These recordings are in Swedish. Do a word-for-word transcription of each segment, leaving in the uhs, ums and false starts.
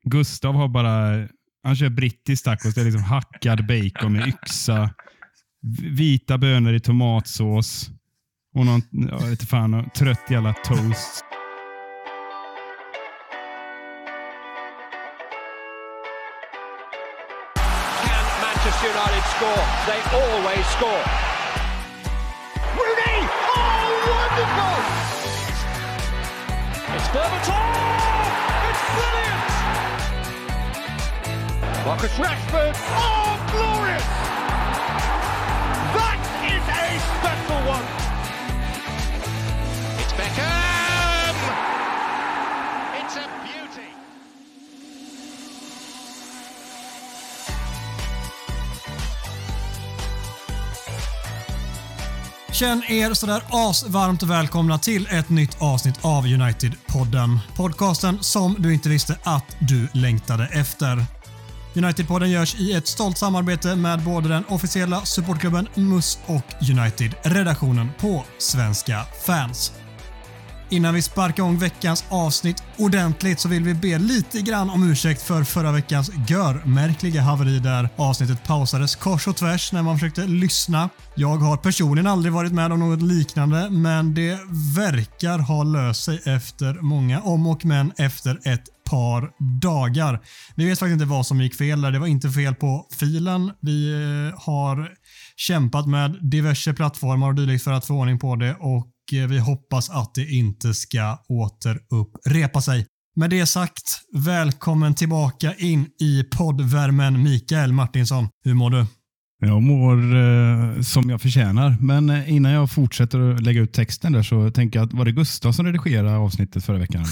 Gustav har bara, han kör brittisk tacos. Det är liksom hackad bacon med yxa, vita bönor i tomatsås och någon, jag vet inte fan, trött jävla toast. Can Manchester United score? They always score. Rooney! Oh, wonderful! It's Berbatov! It's brilliant! Marcus Rashford! Oh, glorious! That is a special one! It's Beckham! It's a beauty! Känn er sådär asvarmt välkomna till ett nytt avsnitt av United-podden. Podcasten som du inte visste att du längtade efter. United-podden görs i ett stolt samarbete med både den officiella supportklubben M U S och United-redaktionen på Svenska fans. Innan vi sparkar igång veckans avsnitt ordentligt så vill vi be lite grann om ursäkt för förra veckans görmärkliga haveri där avsnittet pausades kors och tvärs när man försökte lyssna. Jag har personligen aldrig varit med om något liknande, men det verkar ha löst sig efter många om och men efter ett par dagar. Vi vet faktiskt inte vad som gick fel där. Det var inte fel på filen. Vi har kämpat med diverse plattformar och dylikt för att få ordning på det, och vi hoppas att det inte ska återupprepa sig. Med det sagt, välkommen tillbaka in i poddvärmen Mikael Martinsson. Hur mår du? Jag mår eh, som jag förtjänar. Men eh, innan jag fortsätter att lägga ut texten där så tänker jag att var det Gustav som redigerade avsnittet förra veckan?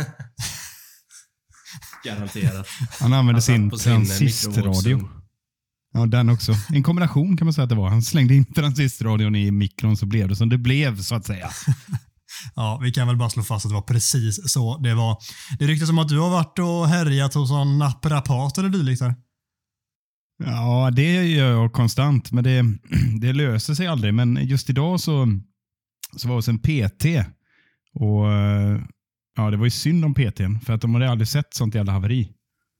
Garanterat. Han använde Han sin sin transistradio. Ja, den också. En kombination kan man säga att det var. Han slängde in transistradion i mikron så blev det som det blev, så att säga. Ja, vi kan väl bara slå fast att det var precis så det var. Det ryktas som att du har varit och härjat hos en naprapat eller dylikt här. Ja, det gör jag konstant, men det, det löser sig aldrig. Men just idag så, så var det hos en P T. Och ja, det var ju synd om P T:n, för att de hade aldrig sett sånt jävla haveri.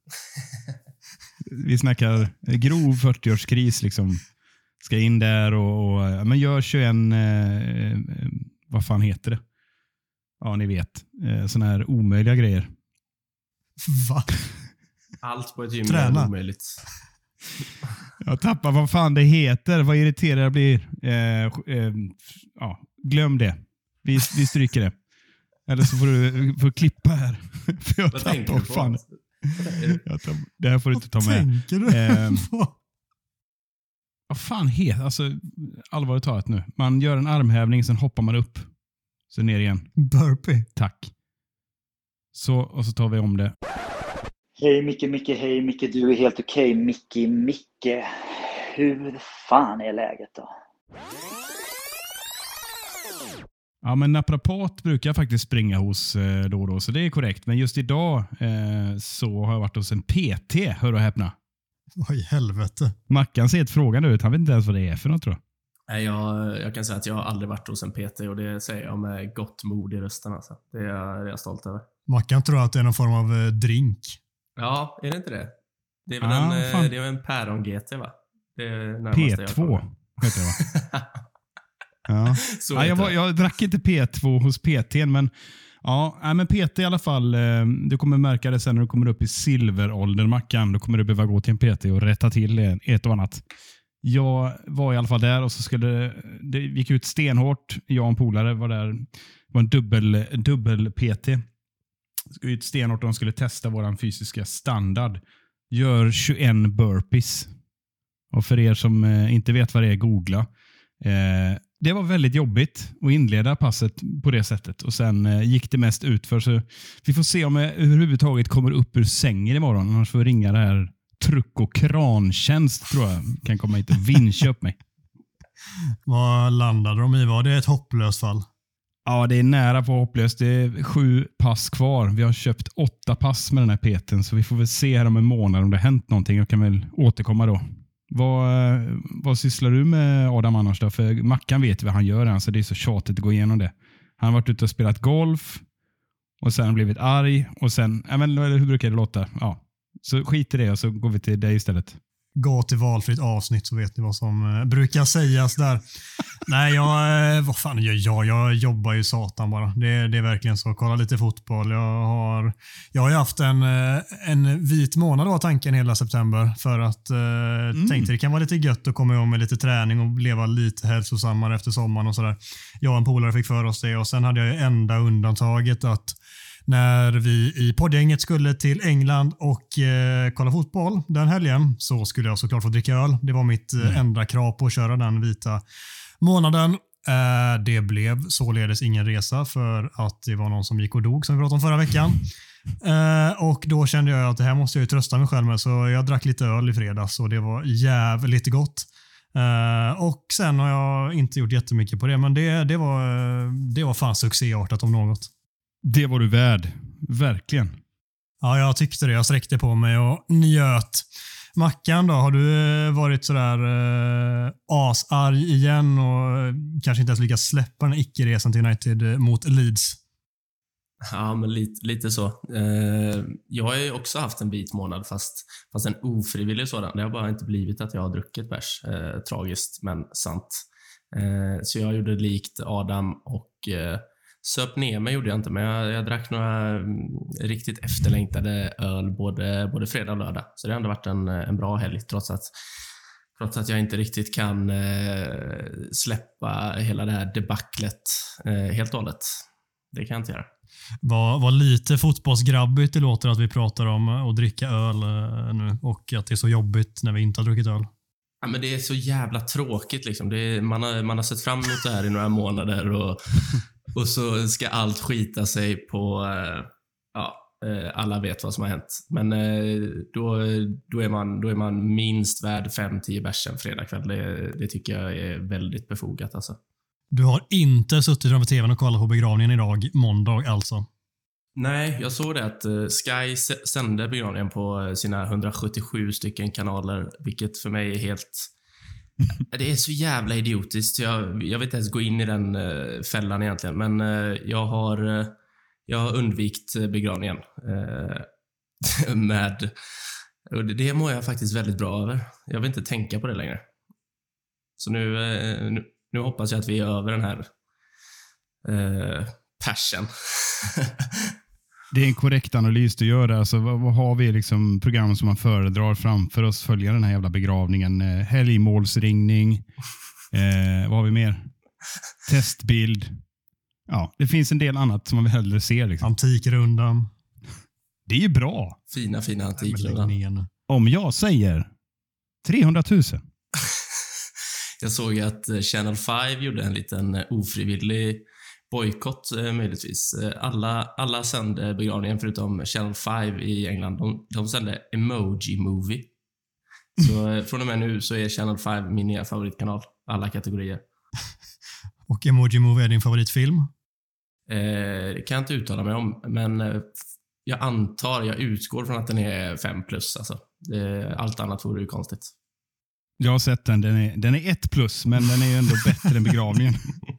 Vi snackar grov fyrtioårskris liksom. Ska in där och, och men gör tjugoen eh, vad fan heter det? Ja, ni vet. Eh, såna här omöjliga grejer. Va? Allt på ett gym Träna. är omöjligt. Jag tappar vad fan det heter. Vad irriterad jag blir. Eh, eh, ja, glöm det. Vi, vi stryker det. Eller så får du får klippa här. För jag Vad tappar tänker du på? fan. Jag tar, det här får du inte ta Vad med. tänker du Eh, på? Vad fan heter, alltså allvarligt talat nu. Man gör en armhävning, sen hoppar man upp. Så ner igen. Burpee. Tack. Så, och så tar vi om det. Hej Micke, Micke, hej Micke, du är helt okej. Micke, Micke, hur fan är läget då? Ja, men naprapat brukar jag faktiskt springa hos eh, då och då, så det är korrekt. Men just idag eh, så har jag varit hos en P T, hör och häpna. Vad i helvete? Mackan ser ett frågande ut, han vet inte ens vad det är för något, tror jag. Nej, jag, jag kan säga att jag har aldrig varit hos en P T, och det säger jag med gott mod i rösten. Alltså. Det, är jag, det är jag stolt över. Mackan tror att det är någon form av eh, drink. Ja, är det inte det? Det är väl Ah, en, fan. det är en päron-G T, va? Det är närmaste P jag två kommer. heter det, va? Ja. Så Ja, jag, heter var, det. jag drack inte P två hos P T, men ja, nej, men P T i alla fall. Eh, du kommer märka det sen när du kommer upp i silveråldern, Mackan. Då kommer du behöva gå till en P T och rätta till ett och annat. Jag var i alla fall där och så skulle det gick ut stenhårt. Jag och en polare var där. Det var en dubbel, dubbel P T. Det skulle ut stenhårt och de skulle testa våran fysiska standard. Gör tjugoen burpees. Och för er som eh, inte vet vad det är, googla. Eh, det var väldigt jobbigt att inleda passet på det sättet. Och sen eh, gick det mest ut för så vi får se om jag överhuvudtaget kommer upp ur sängen imorgon. Annars får jag ringa det här truck- och krantjänst, tror jag. Kan komma hit och vincha upp mig. Vad landade de i? Var det ett hopplöst fall? Ja, det är nära på hopplöst. Det är sju pass kvar. Vi har köpt åtta pass med den här P T:n, så vi får väl se här om en månad om det har hänt någonting. Jag kan väl återkomma då. Vad, vad sysslar du med, Adam, annars då? För Mackan vet vad han gör, så det är så tjatigt att gå igenom det. Han har varit ute och spelat golf och sen blivit arg och sen, ja, men, hur brukar det låta? Ja. Så skit i det och så går vi till dig istället. Gå till valfritt avsnitt så vet ni vad som eh, brukar sägas där. Nej, jag, eh, vad fan gör jag? Jag jobbar ju satan bara. Det, det är verkligen så. Kolla lite fotboll. Jag har, jag har ju haft en, eh, en vit månad då, tanken hela september. För att eh, mm. tänkte det kan vara lite gött att komma igång med lite träning och leva lite hälsosammare efter sommaren och sådär. Jag och en polare fick för oss det och sen hade jag ju enda undantaget att när vi i poddgänget skulle till England och eh, kolla fotboll den helgen så skulle jag såklart få dricka öl. Det var mitt mm. enda krav på att köra den vita månaden. Eh, det blev således ingen resa för att det var någon som gick och dog som vi pratade om förra veckan. Eh, och då kände jag att det här måste jag ju trösta mig själv med så jag drack lite öl i fredags och det var jävligt gott. Uh, och sen har jag inte gjort jättemycket på det men det, det, var, det var fan succéartat om något. Det var du värd. Verkligen. Ja, jag tyckte det. Jag sträckte på mig och njöt. Mackan då, har du varit sådär uh, asarg igen och kanske inte ens lyckats släppa den icke-resan till United mot Leeds? Ja, men lite, lite så. Eh, jag har ju också haft en vit månad fast, fast en ofrivillig sådan. Det har bara inte blivit att jag har druckit bärs. Eh, tragiskt, men sant. Eh, så jag gjorde likt Adam och eh, söp ner mig gjorde jag inte, men jag, jag drack några mm, riktigt efterlängtade öl både, både fredag och lördag. Så det har ändå varit en, en bra helg trots att Trots att jag inte riktigt kan eh, släppa hela det här debaclet eh, helt och hållet. Det kan jag inte göra. Vad, vad lite fotbollsgrabbigt det låter att vi pratar om att dricka öl eh, nu och att det är så jobbigt när vi inte har druckit öl. Ja, men det är så jävla tråkigt liksom. Det är, man, har, man har sett fram emot det här i några månader och, och så ska allt skita sig på eh, ja, eh, alla vet vad som har hänt. Men eh, då, då, är man, då är man minst värd fem tio bärsen fredag kväll. Det, det tycker jag är väldigt befogat alltså. Du har inte suttit framför tvn och kollat på begravningen idag, måndag alltså? Nej, jag såg det att Sky sände begravningen på sina hundrasjuttiosju stycken kanaler, vilket för mig är helt... Det är så jävla idiotiskt. Jag, jag vet inte ens gå in i den uh, fällan egentligen, men uh, jag har uh, jag har undvikt begravningen uh, med... Och det, det mår jag faktiskt väldigt bra över. Jag vill inte tänka på det längre. Så nu... Uh, nu Nu hoppas jag att vi är över den här eh, passion. Det är en korrekt analys du gör där. Alltså, vad, vad har vi liksom program som man föredrar framför oss följa den här jävla begravningen? Eh, helgmålsringning. Eh, vad har vi mer? Testbild. Ja, det finns en del annat som man hellre ser. Liksom. Antikrundan. Det är ju bra. Fina, fina antikrundan. Om jag säger trehundratusen. Jag såg att Channel fem gjorde en liten ofrivillig bojkott möjligtvis. Alla, alla sände begravningen förutom Channel fem i England. De, de sände Emoji Movie. Så från och med nu så är Channel fem min nya favoritkanal. Alla kategorier. Och Emoji Movie är din favoritfilm? Eh, det kan jag inte uttala mig om. Men jag antar, jag utgår från att den är fem plus. Alltså. Det, allt annat vore ju konstigt. Jag har sett den. Den är, den är ett plus, men den är ju ändå bättre än begravningen.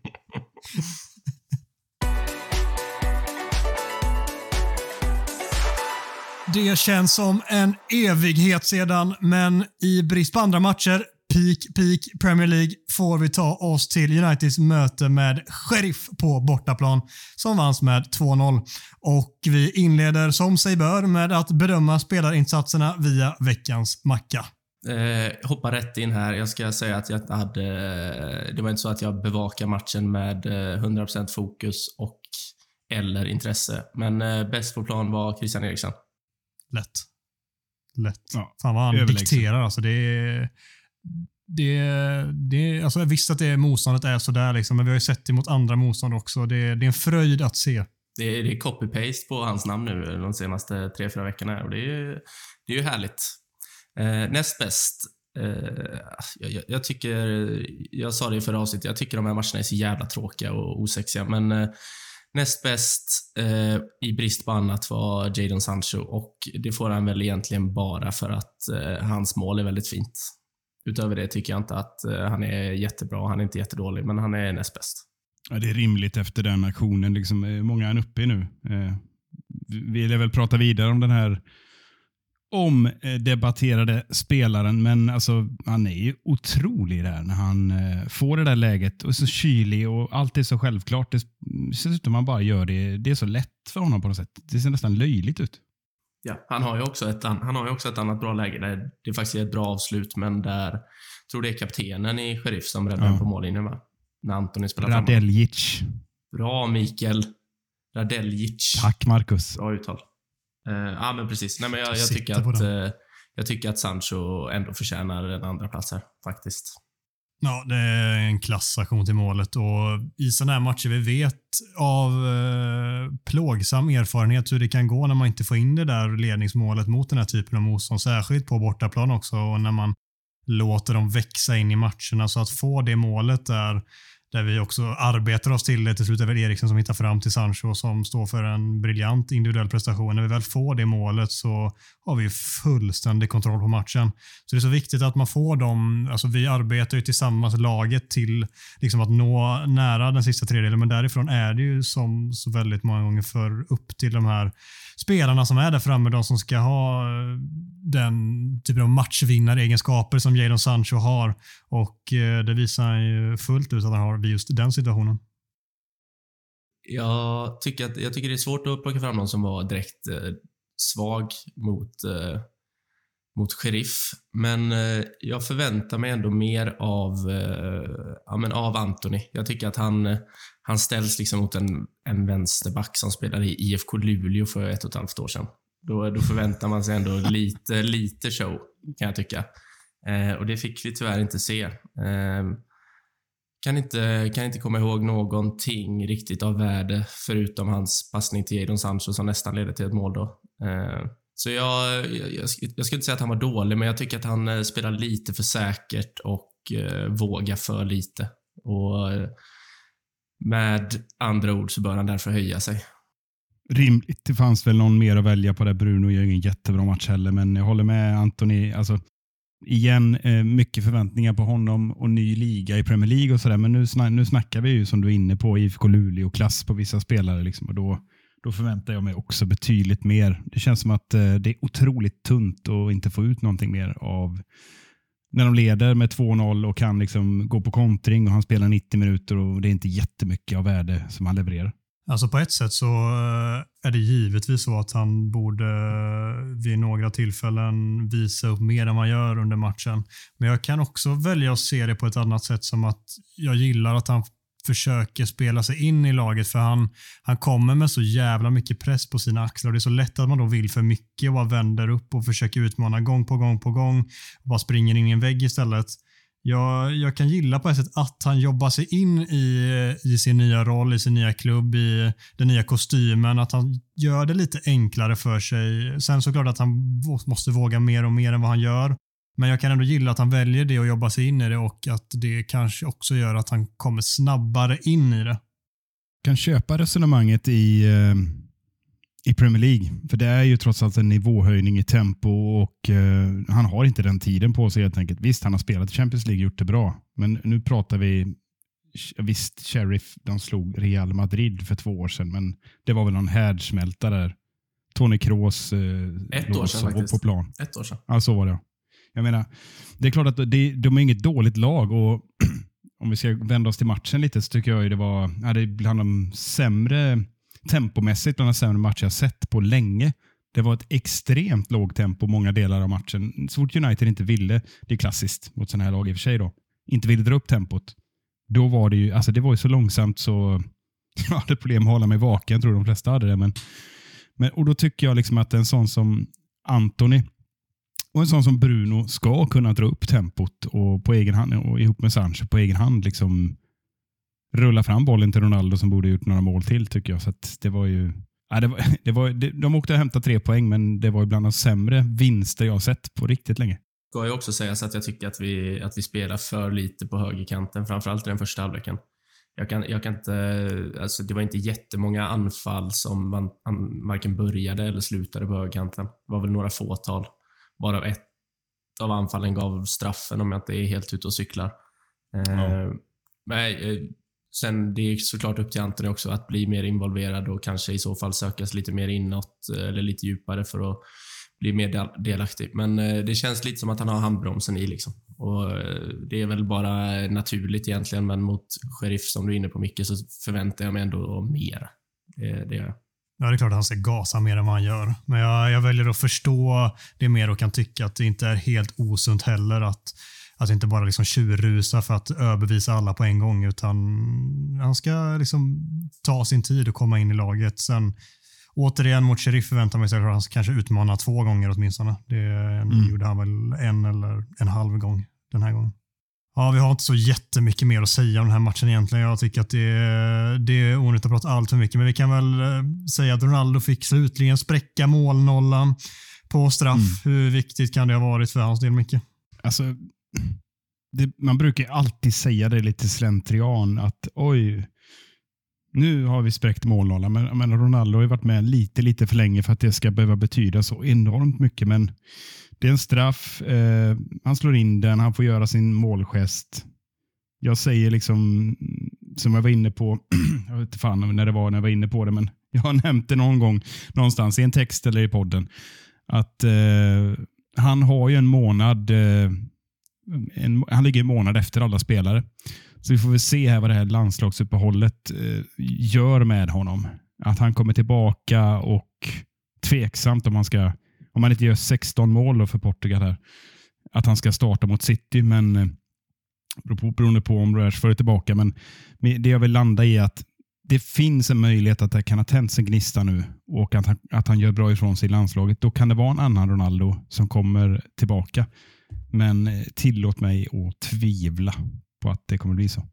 Det känns som en evighet sedan, men i brist på andra matcher, peak, peak Premier League, får vi ta oss till Uniteds möte med Sheriff på bortaplan som vanns med två noll. Och vi inleder som sig bör med att bedöma spelarinsatserna via veckans macka. Eh, hoppa rätt in här. Jag ska säga att jag hade... Det var inte så att jag bevakar matchen med hundra procent fokus och eller intresse. Men eh, bäst på plan var Christian Eriksen. Lätt. Lätt. Ja, fan vad han överlägsen. dikterar. Alltså det är... Det, det, alltså jag visste att det motståndet är sådär, liksom, men vi har ju sett det mot andra motstånd också. Det, det är en fröjd att se. Det är, det är copy-paste på hans namn nu de senaste tre, fyra veckorna. Och det är, det är ju härligt. Eh, näst bäst. Eh, jag, jag tycker, jag sa det i förra avsnittet, jag tycker de här matcherna är så jävla tråkiga och osexiga. Men eh, näst bäst eh, i brist på annat var Jadon Sancho. Och det får han väl egentligen bara för att eh, hans mål är väldigt fint. Utöver det tycker jag inte att uh, han är jättebra. Han är inte jättedålig, men han är näst bäst. Ja, det är rimligt efter den aktionen. Liksom, många är uppe i nu. Eh, vill jag väl prata vidare om den här omdebatterade spelaren, men alltså, han är ju otrolig där när han eh, får det där läget och är så kylig och allt är så självklart. Det ser ut som man bara gör det. Det är så lätt för honom på något sätt. Det ser nästan löjligt ut. Ja, han har ju också ett, han har ju också ett annat bra läge där det faktiskt är ett bra avslut, men där jag tror det är kaptenen i Sheriff som räddar ja. på mållinjen, va? När Antoni spelar fram. Radeljic. Bra, Mikael. Radeljic. Tack, Marcus. Bra uttal. Uh, ja, men precis. Nej, men jag, jag, tycker att, uh, jag tycker att Sancho ändå förtjänar en andra plats här, faktiskt. Ja, det är en klassaktion till målet och i sådana här matcher vi vet av eh, plågsam erfarenhet hur det kan gå när man inte får in det där ledningsmålet mot den här typen av motstånd, särskilt på bortaplan också, och när man låter dem växa in i matcherna, så att få det målet där där vi också arbetar oss till det. Till slut är väl Eriksen som hittar fram till Sancho som står för en briljant individuell prestation. När vi väl får det målet så har vi ju fullständig kontroll på matchen. Så det är så viktigt att man får dem, alltså vi arbetar ju tillsammans laget till liksom att nå nära den sista tredjedelen, men därifrån är det ju som så väldigt många gånger för upp till de här spelarna som är där framme, de som ska ha den typen av matchvinnaregenskaper som Jadon Sancho har, och eh, det visar ju fullt ut att han har vid just den situationen. Jag tycker, att, jag tycker det är svårt att plocka fram någon som var direkt eh, svag mot, eh, mot Sheriff, men eh, jag förväntar mig ändå mer av, eh, ja, men av Antoni. Jag tycker att han, han ställs liksom mot en, en vänsterback som spelade i I F K Luleå för ett och ett halvt år sedan. Då, då förväntar man sig ändå lite, lite show, kan jag tycka. Eh, och det fick vi tyvärr inte se. Eh, kan, inte, kan inte komma ihåg någonting riktigt av värde förutom hans passning till Jadon Sancho som nästan ledde till ett mål då. Eh, så jag, jag, jag skulle inte säga att han var dålig, men jag tycker att han eh, spelar lite för säkert och eh, vågar för lite. Och eh, med andra ord så bör han därför höja sig. Rimligt. Det fanns väl någon mer att välja på det. Bruno gör ingen jättebra match heller, men jag håller med Antoni. Alltså, igen, eh, mycket förväntningar på honom och ny liga i Premier League och sådär, men nu, sna- nu snackar vi ju som du är inne på I F K Luleå och klass på vissa spelare liksom, och då, då förväntar jag mig också betydligt mer. Det känns som att eh, det är otroligt tunt att inte få ut någonting mer av när de leder med två noll och kan liksom gå på kontring och han spelar nittio minuter och det är inte jättemycket av värde som han levererar. Alltså på ett sätt så är det givetvis så att han borde vid några tillfällen visa upp mer än man gör under matchen. Men jag kan också välja att se det på ett annat sätt, som att jag gillar att han försöker spela sig in i laget, för han, han kommer med så jävla mycket press på sina axlar och det är så lätt att man då vill för mycket och bara vänder upp och försöker utmana gång på gång på gång och bara springer in i en vägg istället. Jag, jag kan gilla på ett sätt att han jobbar sig in i, i sin nya roll, i sin nya klubb, i den nya kostymen, att han gör det lite enklare för sig. Sen såklart att han måste våga mer och mer än vad han gör. Men jag kan ändå gilla att han väljer det och jobbar sig in i det, och att det kanske också gör att han kommer snabbare in i det. Kan köpa resonemanget i, eh, i Premier League. För det är ju trots allt en nivåhöjning i tempo och eh, han har inte den tiden på sig helt enkelt. Visst, han har spelat i Champions League och gjort det bra. Men nu pratar vi, visst, Sheriff, de slog Real Madrid för två år sedan, men det var väl någon härdsmälta där. Toni Kroos eh, Ett år sedan faktiskt. På plan. Ett år sedan. Ja, så var det. Jag menar, det är klart att det, de är inget dåligt lag, och om vi ska vända oss till matchen lite så tycker jag ju det var ja, det är bland de sämre tempomässigt, bland de sämre matcher jag sett på länge. Det var ett extremt lågt tempo många delar av matchen. Så fort United inte ville, det är klassiskt mot sådana här lag i och för sig då, inte ville dra upp tempot. Då var det ju, alltså det var ju så långsamt så jag hade problem att hålla mig vaken, jag tror de flesta hade det. Men, men, och då tycker jag liksom att en sån som Antoni och en sån som Bruno ska kunna dra upp tempot och på egen hand och ihop med Sancho på egen hand liksom rulla fram bollen till Ronaldo som borde gjort några mål till, tycker jag. Så att det var ju ja, det var, det var, det, de åkte och hämtade tre poäng, men det var ju bland de sämre vinster jag har sett på riktigt länge. Ska jag också säga så att jag tycker att vi, att vi spelar för lite på högerkanten, framförallt i den första halvleken. Jag kan, jag kan inte, alltså det var inte jättemånga anfall som man, man varken började eller slutade på högerkanten. Det var väl några fåtal. Bara ett av anfallen gav straffen, om jag inte är helt ute och cyklar. Ja. Eh, men, sen det är såklart upp till Antony också att bli mer involverad och kanske i så fall sökas lite mer inåt eller lite djupare för att bli mer delaktig. Men det känns lite som att han har handbromsen i liksom. Och det är väl bara naturligt egentligen, men mot Sheriff som du är inne på mycket så förväntar jag mig ändå mer. Det, det är Ja, det är klart att han ska gasa mer än vad han gör. Men jag, jag väljer att förstå det mer och kan tycka att det inte är helt osunt heller att, att inte bara liksom tjurrusa för att överbevisa alla på en gång, utan han ska liksom ta sin tid och komma in i laget. Sen återigen mot Sheriff förväntar man sig att han ska kanske utmana två gånger åtminstone. Det mm. gjorde han väl en eller en halv gång den här gången. Ja, vi har inte så jättemycket mer att säga om den här matchen egentligen. Jag tycker att det är, det är onödigt att prata allt för mycket. Men vi kan väl säga att Ronaldo fick slutligen spräcka målnollan på straff. Mm. Hur viktigt kan det ha varit för hans del, mycket? Alltså, det, man brukar alltid säga det lite slentrian att oj, nu har vi spräckt målnollan. Men, men Ronaldo har ju varit med lite, lite för länge för att det ska behöva betyda så enormt mycket. Men det är en straff. Eh, han slår in den. Han får göra sin målgest. Jag säger liksom, som jag var inne på, jag vet inte fan när det var när jag var inne på det, men jag har nämnt det någon gång någonstans i en text eller i podden, att eh, han har ju en månad, eh, en, han ligger en månad efter alla spelare. Så vi får väl se här vad det här landslagsuppehållet eh, gör med honom. Att han kommer tillbaka och tveksamt om man ska, om man inte gör sexton mål då för Portugal här, att han ska starta mot City, men eh, beroende på om Rashford är tillbaka. Men det jag vill landa i är att det finns en möjlighet att det kan ha tänts en gnista nu och att han, att han gör bra ifrån sig i landslaget. Då kan det vara en annan Ronaldo som kommer tillbaka. Men tillåt mig att tvivla på att det kommer bli så.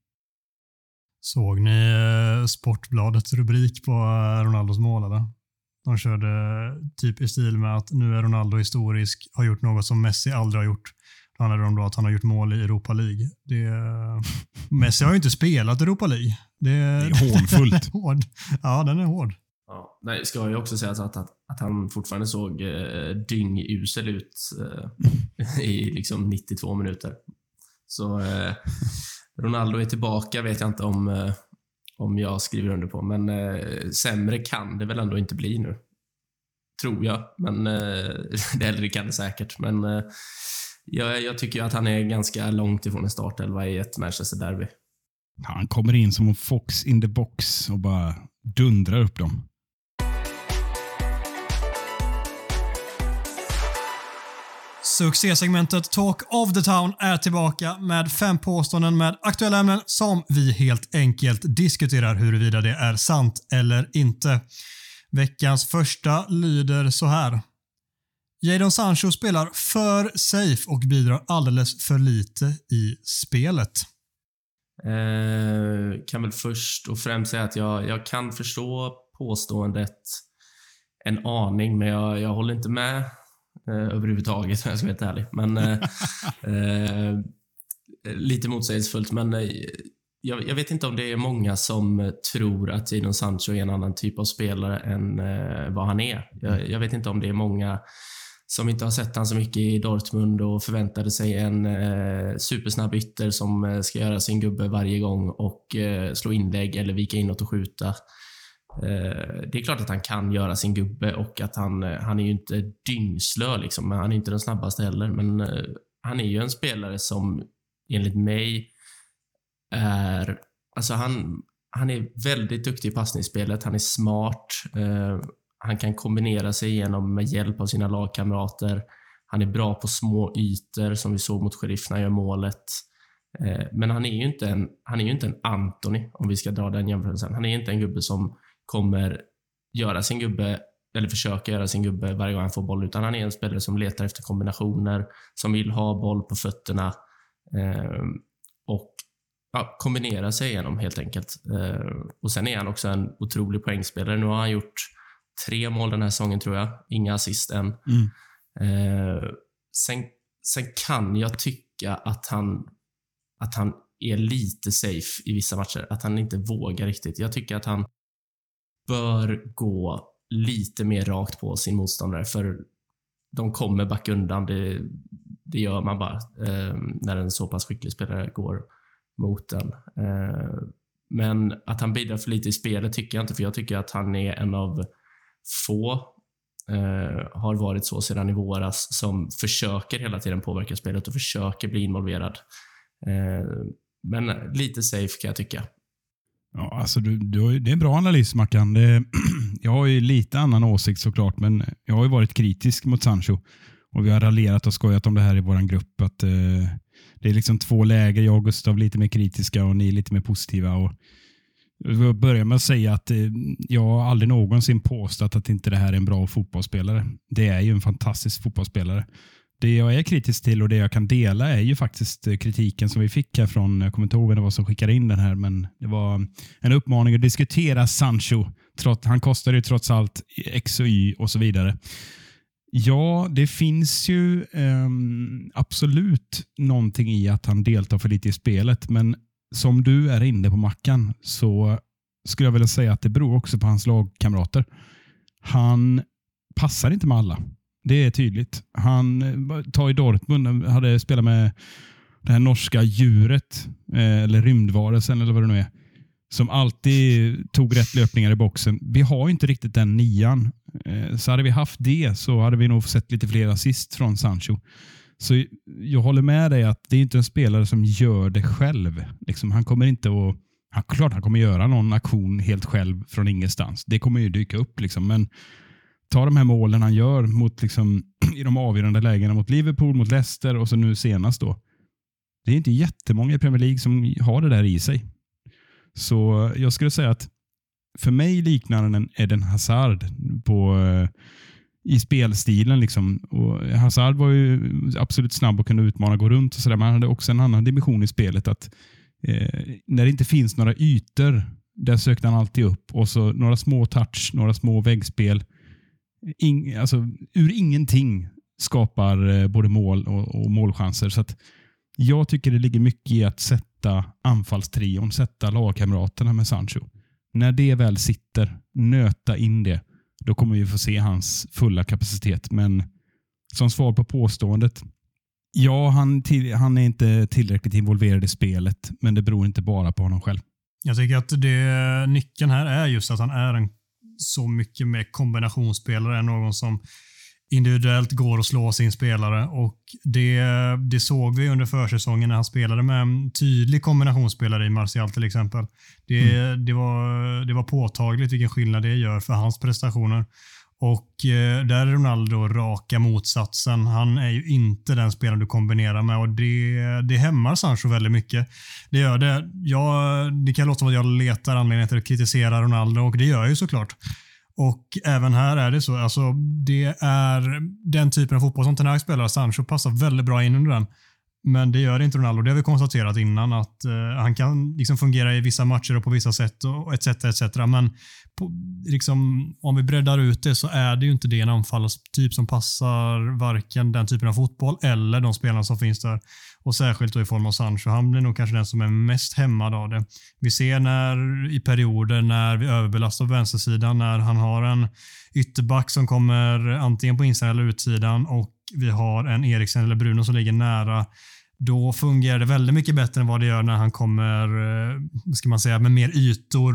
Såg ni Sportbladets rubrik på Ronaldos mål eller? De körde typ i stil med att nu är Ronaldo historisk, har gjort något som Messi aldrig har gjort. Då handlar det om då att han har gjort mål i Europa League. Det, Messi har ju inte spelat Europa League. Det, det är hårdfullt. Den är hård. Ja, den är hård. Ja, nej, ska jag också säga att, att, att han fortfarande såg eh, dyngusel ut eh, i liksom nittiotvå minuter. Så eh, Ronaldo är tillbaka, vet jag inte om, eh, om jag skriver under på. Men eh, sämre kan det väl ändå inte bli nu. Tror jag. Men eh, det kan det säkert. Men eh, jag, jag tycker att han är ganska långt ifrån en startelva i ett Manchester-derby. Han kommer in som en fox in the box och bara dundrar upp dem. Succésegmentet Talk of the Town är tillbaka med fem påståenden med aktuella ämnen som vi helt enkelt diskuterar huruvida det är sant eller inte. Veckans första lyder så här. Jadon Sancho spelar för safe och bidrar alldeles för lite i spelet. Eh, kan väl först och främst säga att jag, jag kan förstå påståendet en aning, men jag, jag håller inte med eh, överhuvudtaget, om jag ska vara helt ärlig. Men eh, eh, lite motsägelsefullt, men eh, jag, jag vet inte om det är många som tror att Jadon Sancho är en annan typ av spelare än eh, vad han är. Jag, jag vet inte om det är många som inte har sett han så mycket i Dortmund och förväntade sig en eh, supersnabb ytter som eh, ska göra sin gubbe varje gång och eh, slå inlägg eller vika inåt och skjuta. Eh, det är klart att han kan göra sin gubbe och att han, eh, han är ju inte dyngslö liksom, men han är inte den snabbaste heller. Men eh, han är ju en spelare som enligt mig är, alltså han, han är väldigt duktig i passningsspelet, han är smart, eh, han kan kombinera sig igenom med hjälp av sina lagkamrater. Han är bra på små ytor som vi såg mot Sheriff när han gör målet. Eh, men han är ju inte en, han är ju inte en Antony, om vi ska dra den jämförelsen. Han är inte en gubbe som kommer göra sin gubbe eller försöka göra sin gubbe varje gång han får boll, utan han är en spelare som letar efter kombinationer, som vill ha boll på fötterna eh, och ja, kombinera sig igenom helt enkelt. Eh, och sen är han också en otrolig poängspelare. Nu har han gjort tre mål den här säsongen tror jag. Inga assist än. Mm. Eh, sen, sen kan jag tycka att han, att han är lite safe i vissa matcher. Att han inte vågar riktigt. Jag tycker att han bör gå lite mer rakt på sin motståndare. För de kommer backa undan. Det, det gör man bara eh, när en så pass skicklig spelare går mot den. Eh, men att han bidrar för lite i spelet tycker jag inte, för jag tycker att han är en av få, eh, har varit så sedan i våras, som försöker hela tiden påverka spelet och försöker bli involverad. Eh, men lite safe kan jag tycka. Ja, alltså du, du, det är en bra analys, Mackan. Det, jag har ju lite annan åsikt såklart, men jag har ju varit kritisk mot Sancho. Och vi har raljerat och skojat om det här i vår grupp. Att eh, det är liksom två läger. Jag och Gustav lite mer kritiska och ni lite mer positiva. Och jag börjar med att säga att eh, jag har aldrig någonsin påstått att inte det här är en bra fotbollsspelare. Det är ju en fantastisk fotbollsspelare. Det jag är kritisk till och det jag kan dela är ju faktiskt kritiken som vi fick här från, jag kommer inte ihåg vem det var som skickade in den här, men det var en uppmaning att diskutera Sancho. Trots, han kostar ju trots allt X och Y och så vidare. Ja, det finns ju eh, absolut någonting i att han deltar för lite i spelet, men som du är inne på, Mackan, så skulle jag vilja säga att det beror också på hans lagkamrater. Han passar inte med alla. Det är tydligt. Han tar i Dortmund, hade spelat med det här norska djuret, eller rymdvarelsen eller vad det nu är, som alltid tog rätt löpningar i boxen. Vi har inte riktigt den nian. Så hade vi haft det så hade vi nog sett lite fler assist från Sancho. Så jag håller med dig att det är inte en spelare som gör det själv. Liksom, han kommer inte att... Han, klart han kommer göra någon aktion helt själv från ingenstans. Det kommer ju dyka upp liksom, men ta de här målen han gör mot liksom, i de avgörande lägena mot Liverpool, mot Leicester och så nu senast då. Det är inte jättemånga i Premier League som har det där i sig. Så jag skulle säga att för mig liknar den Eden Hazard på, i spelstilen. Liksom. Och Hazard var ju absolut snabb och kunde utmana, gå runt och sådär. Men han hade också en annan dimension i spelet. Att eh, när det inte finns några ytor, där sökte han alltid upp. Och så några små touch, några små väggspel. In, alltså, ur ingenting skapar eh, både mål och, och målchanser. Så att jag tycker det ligger mycket i att sätta anfallstrion, sätta lagkamraterna med Sancho. När det väl sitter, nöta in det, då kommer vi få se hans fulla kapacitet. Men som svar på påståendet, ja, han, till, han är inte tillräckligt involverad i spelet, men det beror inte bara på honom själv. Jag tycker att det, nyckeln här är just att han är en så mycket mer kombinationsspelare än någon som individuellt går och slår sin spelare, och det, det såg vi under försäsongen när han spelade med en tydlig kombinationsspelare i Martial till exempel. Det, mm. det, var, det var påtagligt vilken skillnad det gör för hans prestationer. Och eh, där är Ronaldo raka motsatsen. Han är ju inte den spelaren du kombinerar med, och det, det hämmar Sancho väldigt mycket. Det gör det. Jag, det kan låta som att jag letar anledning till att kritisera Ronaldo, och det gör jag ju såklart. Och även här är det så. Alltså, det är den typen av fotboll som Ten Hag spelar. Sancho passar väldigt bra in under den. Men det gör inte Ronaldo. Det har vi konstaterat innan, att uh, han kan liksom fungera i vissa matcher och på vissa sätt och et cetera et cetera. Men på, liksom, om vi breddar ut det så är det ju inte det en anfallstyp som passar varken den typen av fotboll eller de spelarna som finns där. Och särskilt då i form av Sancho. Han blir nog kanske den som är mest hämmad av det. Vi ser när i perioder när vi överbelastar på vänstersidan, när han har en ytterback som kommer antingen på insidan eller utsidan, och vi har en Eriksen eller Bruno som ligger nära. Då fungerar det väldigt mycket bättre än vad det gör när han kommer, vad ska man säga, med mer ytor,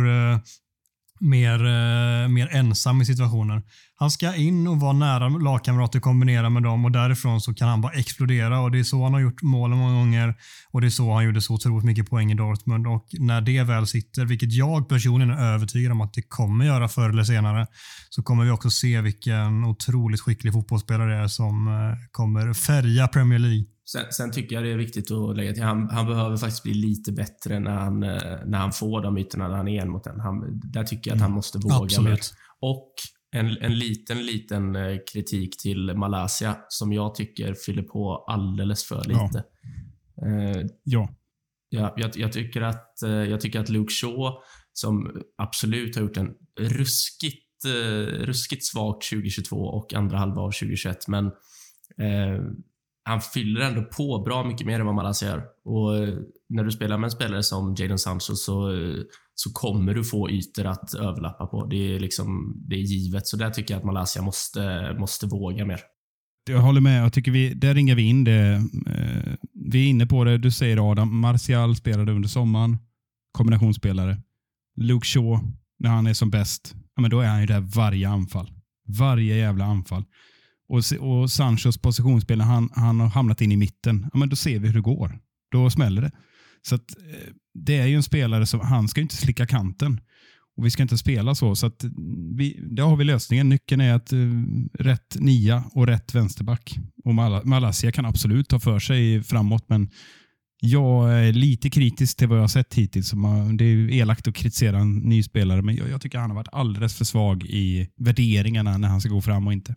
mer, mer ensam i situationer. Han ska in och vara nära lagkamrater, kombinera med dem, och därifrån så kan han bara explodera, och det är så han har gjort mål många gånger, och det är så han gjorde så otroligt mycket poäng i Dortmund. Och när det väl sitter, vilket jag personligen är övertygad om att det kommer göra förr eller senare, så kommer vi också se vilken otroligt skicklig fotbollsspelare det är som kommer färga Premier League. Sen, sen tycker jag det är viktigt att lägga till. Han, han behöver faktiskt bli lite bättre när han, när han får de ytorna när han är en mot en. Han, där tycker jag att han måste våga Absolut. mer. Och en, en liten, liten kritik till Malaysia som jag tycker fyller på alldeles för lite. Ja. Eh, ja. Ja, jag, jag, tycker att, jag tycker att Luke Shaw, som absolut har gjort en ruskigt, eh, ruskigt svagt tjugohundratjugotvå och andra halva av tjugohundratjugoett, men eh, han fyller ändå på bra mycket mer än vad Malaysia gör. Och när du spelar med en spelare som Jadon Sancho så, så kommer du få ytor att överlappa på. Det är liksom, det är givet. Så där tycker jag att Malaysia måste, måste våga mer. Jag håller med. Jag tycker vi, där ringer vi in det. Vi är inne på det. Du säger Adam, Martial spelade under sommaren. kombinationsspelare. Luke Shaw, när han är som bäst, ja, men då är han ju där varje anfall. Varje jävla anfall. Och, och Sanchos positionsspel, när han, han har hamnat in i mitten, ja, men då ser vi hur det går. Då smäller det. Så att, det är ju en spelare som, han ska inte slicka kanten. Och vi ska inte spela så. Så att vi, där har vi lösningen. Nyckeln är att uh, rätt nia och rätt vänsterback. Och Mal- Malaysia kan absolut ta för sig framåt, men jag är lite kritisk till vad jag har sett hittills. Det är ju elakt att kritisera en ny spelare, men jag, jag tycker han har varit alldeles för svag i värderingarna när han ska gå fram och inte.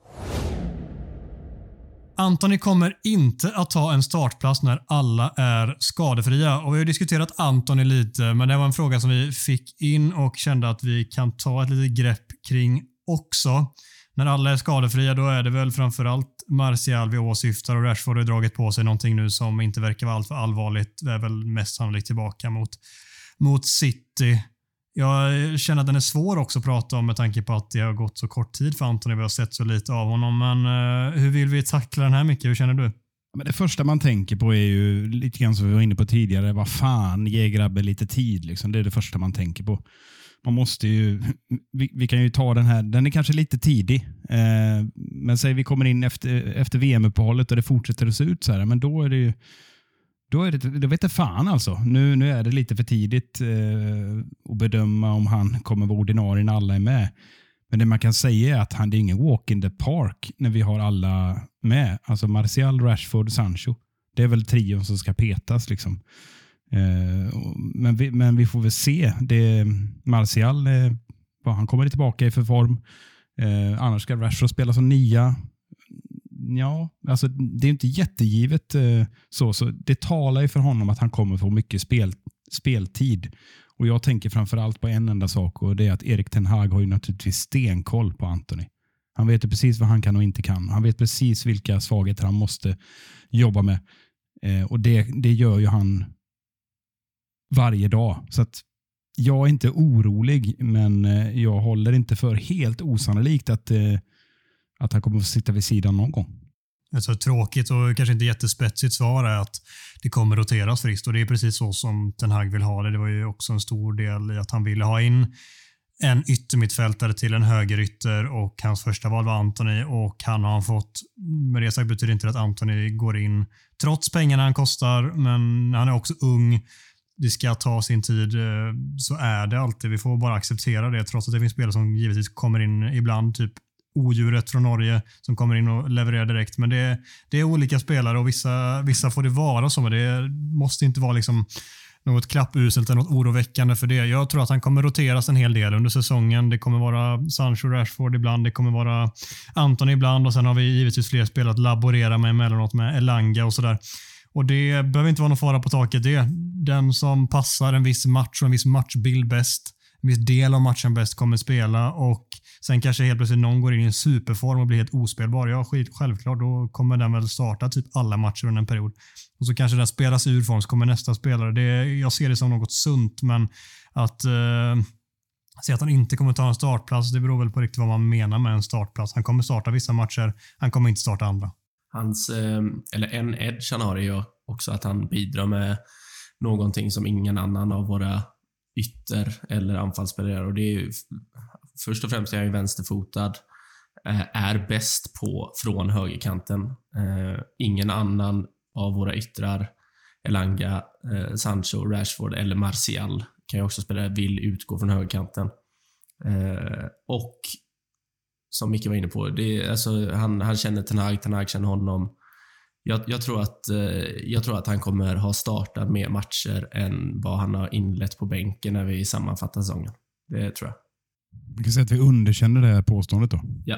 Antony kommer inte att ta en startplats när alla är skadefria. Och vi har diskuterat Antony lite, men det var en fråga som vi fick in och kände att vi kan ta ett litet grepp kring också. När alla är skadefria, då är det väl framförallt Martial vi åsyftar, och Rashford har dragit på sig någonting nu som inte verkar vara alltför allvarligt. Det är väl mest sannolikt tillbaka mot, mot City. Jag känner att den är svår också att prata om med tanke på att det har gått så kort tid för Antony. Vi har sett så lite av honom. Men uh, hur vill vi tackla den här mycket? Hur känner du? Men det första man tänker på är ju lite grann som vi var inne på tidigare. Vad fan, ge grabben lite tid. Liksom. Det är det första man tänker på. Man måste ju, vi, vi kan ju ta den här, den är kanske lite tidig. Eh, men säg vi kommer in efter, efter V M-uppehållet och det fortsätter att se ut så här. Men då är det ju, då är det, det vet jag fan alltså. Nu, nu är det lite för tidigt eh, att bedöma om han kommer vara ordinarie när alla är med. Men det man kan säga är att han, det är ingen walk in the park när vi har alla med. Alltså Martial, Rashford, Sancho. Det är väl trion som ska petas liksom. Eh, men, vi, men vi får väl se. Det, Martial, eh, han kommer tillbaka i för form. Eh, annars ska Rashford spela som nia. Ja, alltså det är inte jättegivet eh, så, så det talar ju för honom att han kommer få mycket spel, speltid. Och jag tänker framförallt på en enda sak, och det är att Erik Ten Hag har ju naturligtvis stenkoll på Antony. Han vet ju precis vad han kan och inte kan. Han vet precis vilka svagheter han måste jobba med. Eh, och det, det gör ju han varje dag. Så att jag är inte orolig, men eh, jag håller inte för helt osannolikt att, eh, att han kommer att sitta vid sidan någon gång. Ett så tråkigt och kanske inte jättespetsigt svar är att det kommer roteras friskt, och det är precis så som Ten Hag vill ha det. Det var ju också en stor del i att han ville ha in en yttermittfältare till en högerytter, och hans första val var Antony, och han har fått, med det sagt betyder inte att Antony går in trots pengarna han kostar, men han är också ung. Det ska ta sin tid, så är det alltid. Vi får bara acceptera det, trots att det finns spelare som givetvis kommer in ibland, typ odjuret från Norge som kommer in och levererar direkt. Men det, det är olika spelare, och vissa, vissa får det vara så, men det måste inte vara liksom något klappuselt eller något oroväckande för det. Jag tror att han kommer roteras en hel del under säsongen. Det kommer vara Sancho, Rashford ibland, det kommer vara Antony ibland, och sen har vi givetvis fler spelare att laborera med emellanåt med Elanga och sådär. Och det behöver inte vara någon fara på taket det. Den som passar en viss match och en viss matchbild bäst, en viss del av matchen bäst, kommer spela, och sen kanske helt plötsligt någon går in i en superform och blir helt ospelbar. Ja, skit, självklart, då kommer den väl starta typ alla matcher under en period. Och så kanske den spelas ur form, så kommer nästa spelare. Det, jag ser det som något sunt, men att eh, se att han inte kommer ta en startplats, det beror väl på riktigt vad man menar med en startplats. Han kommer starta vissa matcher, han kommer inte starta andra. Hans, eh, eller en edge han har är ju också att han bidrar med någonting som ingen annan av våra ytter eller anfallsspelare, och det är ju, först och främst är han ju vänsterfotad, är bäst på från högerkanten. Eh, ingen annan av våra yttrar, Elanga, eh, Sancho, Rashford eller Martial, kan ju också spela, vill utgå från högerkanten. Eh, och som Micke var inne på, det är, alltså, han, han känner Ten Hag, Ten Hag känner honom. Jag, jag, tror att, eh, jag tror att han kommer ha startat mer matcher än vad han har inlett på bänken när vi sammanfattar säsongen. Det tror jag. Vi kan säga att vi underkänner det här påståendet då. Ja.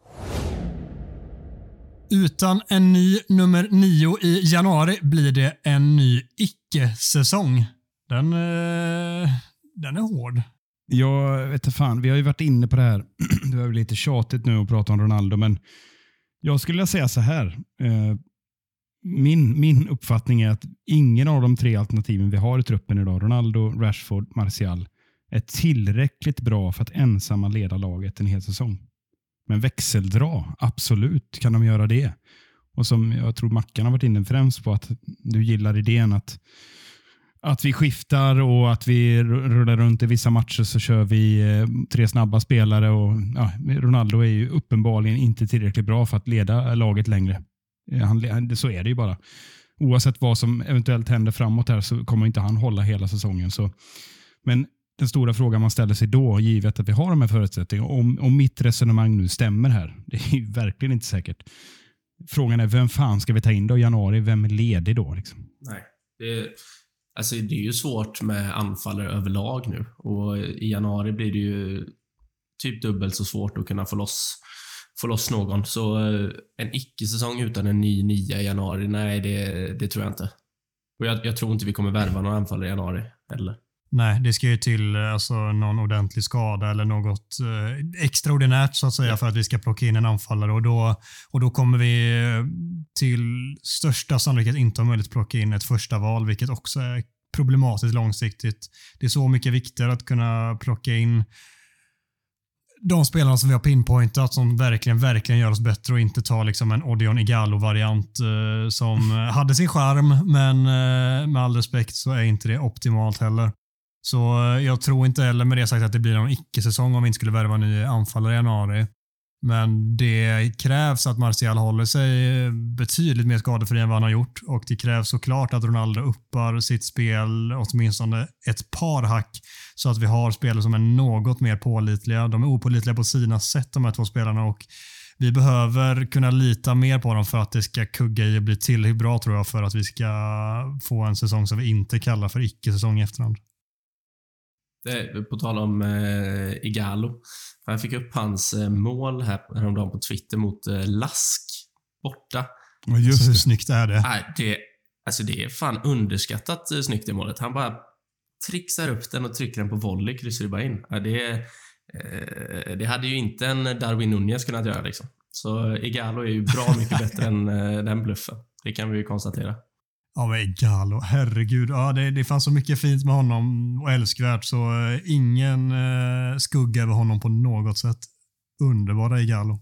Utan en ny nummer nio i januari blir det en ny icke-säsong. Den, eh, den är hård. Jag vet inte fan, vi har ju varit inne på det här. Det var väl lite tjatigt nu att prata om Ronaldo, men jag skulle säga så här. Eh, min, min uppfattning är att ingen av de tre alternativen vi har i truppen idag, Ronaldo, Rashford, Martial, är tillräckligt bra för att ensamma leda laget en hel säsong. Men växeldra, absolut kan de göra det. Och som jag tror Mackan har varit inne främst på, att du gillar idén att att vi skiftar och att vi rullar runt i vissa matcher så kör vi eh, tre snabba spelare och ja, Ronaldo är ju uppenbarligen inte tillräckligt bra för att leda laget längre. Han, så är det ju bara. Oavsett vad som eventuellt händer framåt här så kommer inte han hålla hela säsongen. Så. Men den stora frågan man ställer sig då, givet att vi har de här förutsättningarna, om, om mitt resonemang nu stämmer här, det är ju verkligen inte säkert. Frågan är, vem fan ska vi ta in då i januari? Vem är ledig då? Liksom? Nej, det, alltså det är ju svårt med anfallare överlag nu. Och i januari blir det ju typ dubbelt så svårt att kunna få loss, få loss någon. Så en icke-säsong utan en ny nia i januari, nej, det, det tror jag inte. Och jag, jag tror inte vi kommer värva någon anfallare i januari heller. Nej, det ska ju till alltså, någon ordentlig skada eller något eh, extraordinärt så att säga för att vi ska plocka in en anfallare och då, och då kommer vi till största sannolikhet inte ha möjlighet att plocka in ett första val, vilket också är problematiskt långsiktigt. Det är så mycket viktigare att kunna plocka in de spelarna som vi har pinpointat som verkligen, verkligen gör oss bättre och inte ta liksom en Odion Ighalo-variant eh, som hade sin charm, men eh, med all respekt så är inte det optimalt heller. Så jag tror inte heller med det sagt att det blir någon icke-säsong om vi inte skulle värva en ny anfallare i januari. Men det krävs att Martial håller sig betydligt mer skadefri än vad han har gjort. Och det krävs såklart att Ronaldo uppar sitt spel åtminstone ett par hack så att vi har spelare som är något mer pålitliga. De är opålitliga på sina sätt, de här två spelarna, och vi behöver kunna lita mer på dem för att det ska kugga i och bli tillräckligt bra, tror jag, för att vi ska få en säsong som vi inte kallar för icke-säsong i efterhand. Det, på tal om eh, Ighalo. Jag fick upp hans eh, mål här häromdagen på Twitter mot eh, Lask borta. Och just hur snyggt är det? Nej, det, alltså det är fan underskattat eh, snyggt i målet. Han bara trixar upp den och trycker den på volley, kryssar bara in. Ja, det, eh, det hade ju inte en Darwin Nunez kunnat göra liksom. Så Ighalo är ju bra mycket bättre än eh, den bluffen. Det kan vi ju konstatera. Ja, men Ighalo, herregud. Ja, det, det fanns så mycket fint med honom och älskvärt, så ingen eh, skugga över honom på något sätt. Underbara Ighalo.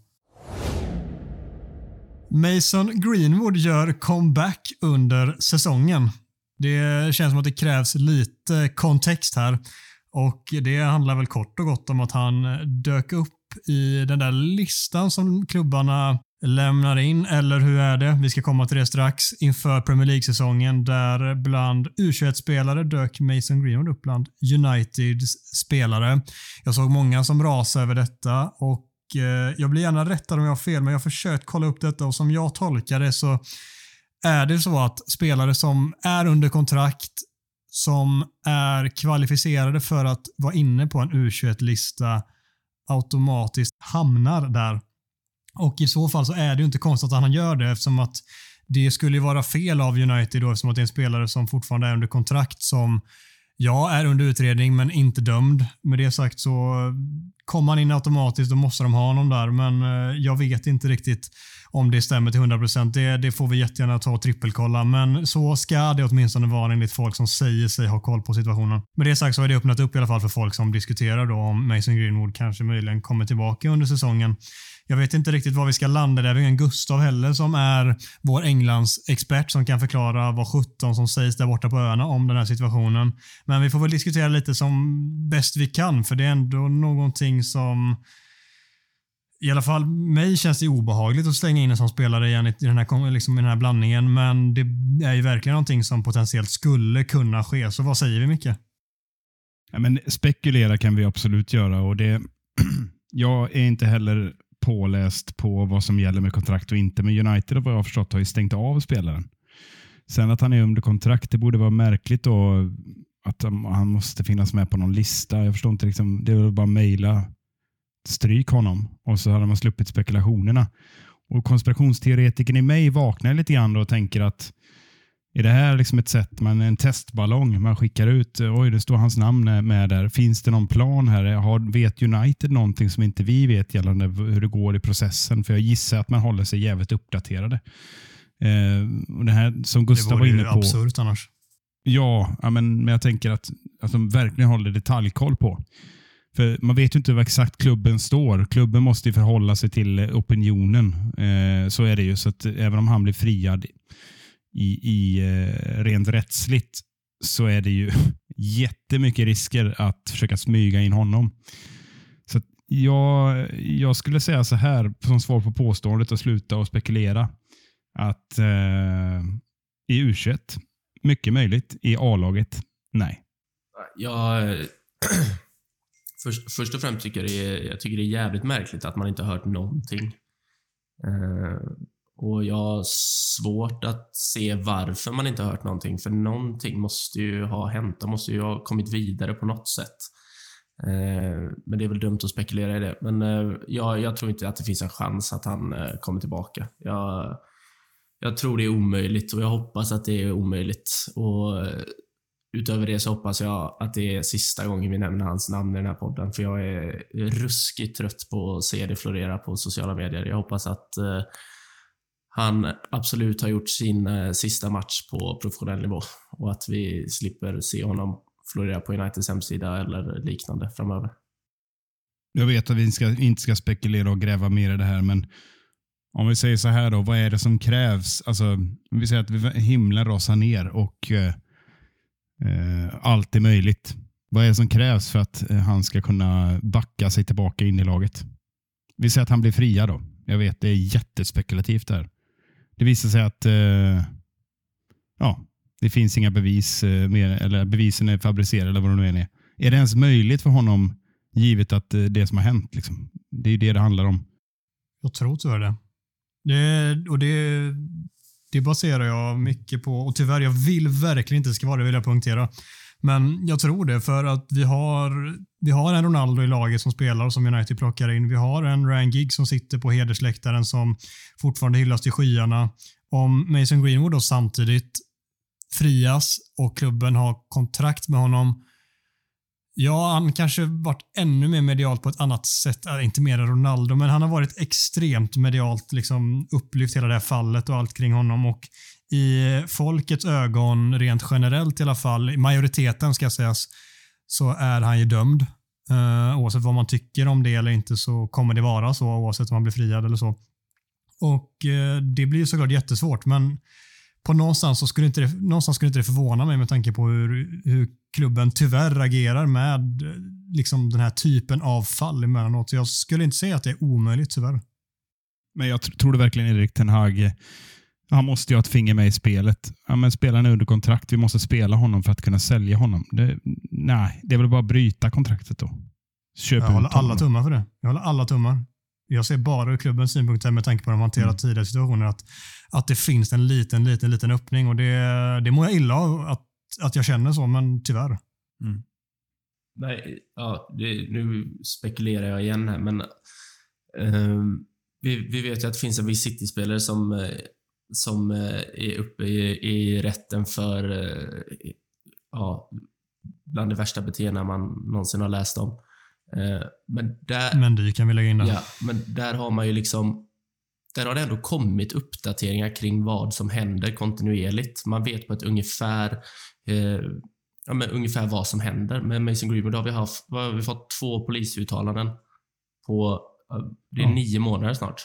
Mason Greenwood gör comeback under säsongen. Det känns som att det krävs lite kontext här. Och det handlar väl kort och gott om att han dök upp i den där listan som klubbarna lämnar in, eller hur är det? Vi ska komma till det strax, inför Premier League-säsongen, där bland U tjugoett-spelare dök Mason Greenwood upp bland Uniteds spelare. Jag såg många som rasade över detta och eh, jag blir gärna rättad om jag har fel, men jag har försökt kolla upp detta och som jag tolkar det så är det så att spelare som är under kontrakt, som är kvalificerade för att vara inne på en U tjugoett-lista, automatiskt hamnar där. Och i så fall så är det ju inte konstigt att han gör det, eftersom att det skulle ju vara fel av United då, eftersom att det är en spelare som fortfarande är under kontrakt som ja, är under utredning men inte dömd. Med det sagt så kommer han in automatiskt, då måste de ha honom där, men jag vet inte riktigt om det stämmer till hundra procent. Det, det får vi jättegärna ta och trippelkolla, men så ska det åtminstone vara enligt folk som säger sig ha koll på situationen. Med det sagt så har det öppnat upp i alla fall för folk som diskuterar då om Mason Greenwood kanske möjligen kommer tillbaka under säsongen. Jag vet inte riktigt var vi ska landa där. Vi har en Gustav heller som är vår Englands expert som kan förklara vad sjutton som sägs där borta på öarna om den här situationen. Men vi får väl diskutera lite som bäst vi kan, för det är ändå någonting som i alla fall mig känns det obehagligt att slänga in en sån spelare igen i den här, liksom i den här blandningen, men det är ju verkligen någonting som potentiellt skulle kunna ske. Så vad säger vi, Micke? Ja, men spekulera kan vi absolut göra, och det jag är inte heller påläst på vad som gäller med kontrakt och inte, men United vad jag har förstått har ju stängt av spelaren. Sen att han är under kontrakt, det borde vara märkligt då att han måste finnas med på någon lista. Jag förstår inte liksom, det är väl bara mejla stryk honom och så hade man sluppit spekulationerna. Och konspirationsteoretiken i mig vaknar lite grann då och tänker att är det här liksom ett sätt, man en testballong, man skickar ut, oj det står hans namn med där, finns det någon plan här, har, vet United någonting som inte vi vet gällande hur det går i processen, för jag gissar att man håller sig jävligt uppdaterade. Eh, och det här som Gustav var inne på, det vore ju absurt annars. Ja, ja men, men jag tänker att, att de verkligen håller detaljkoll på. För man vet ju inte vad exakt klubben står. Klubben måste ju förhålla sig till opinionen. Eh, så är det ju. Så att även om han blir friad i, i eh, rent rättsligt så är det ju jättemycket risker att försöka smyga in honom. Så att jag, jag skulle säga så här som svar på påståendet och sluta och spekulera att eh, i U tjugoett, mycket möjligt. I A-laget, nej. Jag, först, först och främst tycker jag, det är, jag tycker det är jävligt märkligt att man inte har hört någonting. Eh, och jag har svårt att se varför man inte har hört någonting. För någonting måste ju ha hänt. De måste ju ha kommit vidare på något sätt. Eh, men det är väl dumt att spekulera i det. Men eh, jag, jag tror inte att det finns en chans att han eh, kommer tillbaka. Jag, jag tror det är omöjligt och jag hoppas att det är omöjligt. Och eh, utöver det så hoppas jag att det är sista gången vi nämner hans namn i den här podden. För jag är ruskigt trött på att se det florera på sociala medier. Jag hoppas att eh, han absolut har gjort sin eh, sista match på professionell nivå. Och att vi slipper se honom florera på Uniteds hemsida eller liknande framöver. Jag vet att vi ska, inte ska spekulera och gräva mer i det här, men om vi säger så här då, vad är det som krävs? Alltså, vi säger att vi, himlen rasar ner och eh, eh, allt är möjligt. Vad är det som krävs för att eh, han ska kunna backa sig tillbaka in i laget? Vi säger att han blir fria då. Jag vet, det är jättespekulativt där. Det visar sig att eh, ja, det finns inga bevis eh, mer, eller bevisen är fabricerade eller vad det nu är. Är det ens möjligt för honom givet att eh, det som har hänt liksom? Det är det det handlar om. Jag tror tyvärr det. det och det, det baserar jag mycket på. Och tyvärr, jag vill verkligen inte ska vara det, vill jag punktera. Men jag tror det för att vi har, vi har en Ronaldo i laget som spelar som United plockar in. Vi har en Ryan Giggs som sitter på hedersläktaren som fortfarande hyllas till skyarna. Om Mason Greenwood då samtidigt frias och klubben har kontrakt med honom. Ja, han kanske varit ännu mer medialt på ett annat sätt. Äh, inte mer än Ronaldo, men han har varit extremt medialt liksom, upplyft hela det här fallet och allt kring honom. Och i folkets ögon, rent generellt i alla fall, i majoriteten ska sägas, så är han ju dömd. Uh, oavsett vad man tycker om det eller inte så kommer det vara så, oavsett om man blir friad eller så. Och uh, det blir såklart jättesvårt, men på någonstans så skulle inte det, någonstans skulle inte det förvåna mig med tanke på hur, hur klubben tyvärr agerar med liksom den här typen av fall emellanåt. Så jag skulle inte säga att det är omöjligt tyvärr. Men jag tr- tror det verkligen Erik ten Hag, han måste ju ha ett finger med i spelet. Ja, men spelaren är under kontrakt. Vi måste spela honom för att kunna sälja honom. Det, nej, det är väl bara att bryta kontraktet då. Köp jag håller alla tummar för det. Jag håller alla tummar. Jag ser bara ur klubbens synpunkter med tanke på att de hanterar mm. tidigare situationer att, att det finns en liten, liten, liten öppning och det, det mår jag illa av att, att jag känner så, men tyvärr. Mm. Nej, ja, det, nu spekulerar jag igen här, men uh, vi, vi vet ju att det finns en viss City-spelare som, som är uppe i, i rätten för uh, ja, bland de värsta beteenden man någonsin har läst om. Uh, men där, men det kan vi lägga in där. Ja, men där har man ju liksom där har det ändå kommit uppdateringar kring vad som händer kontinuerligt. Man vet på ett ungefär uh, ja, men ungefär vad som händer. Med Mason Greenwood har vi, haft, har vi fått två polisuttalanden på det är ja. nio månader snart.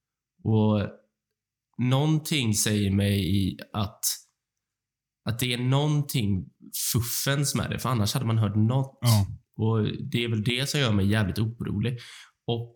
Och någonting säger mig i att att det är någonting fuffens med det, för annars hade man hört något. Ja. Och det är väl det som gör mig jävligt orolig. Och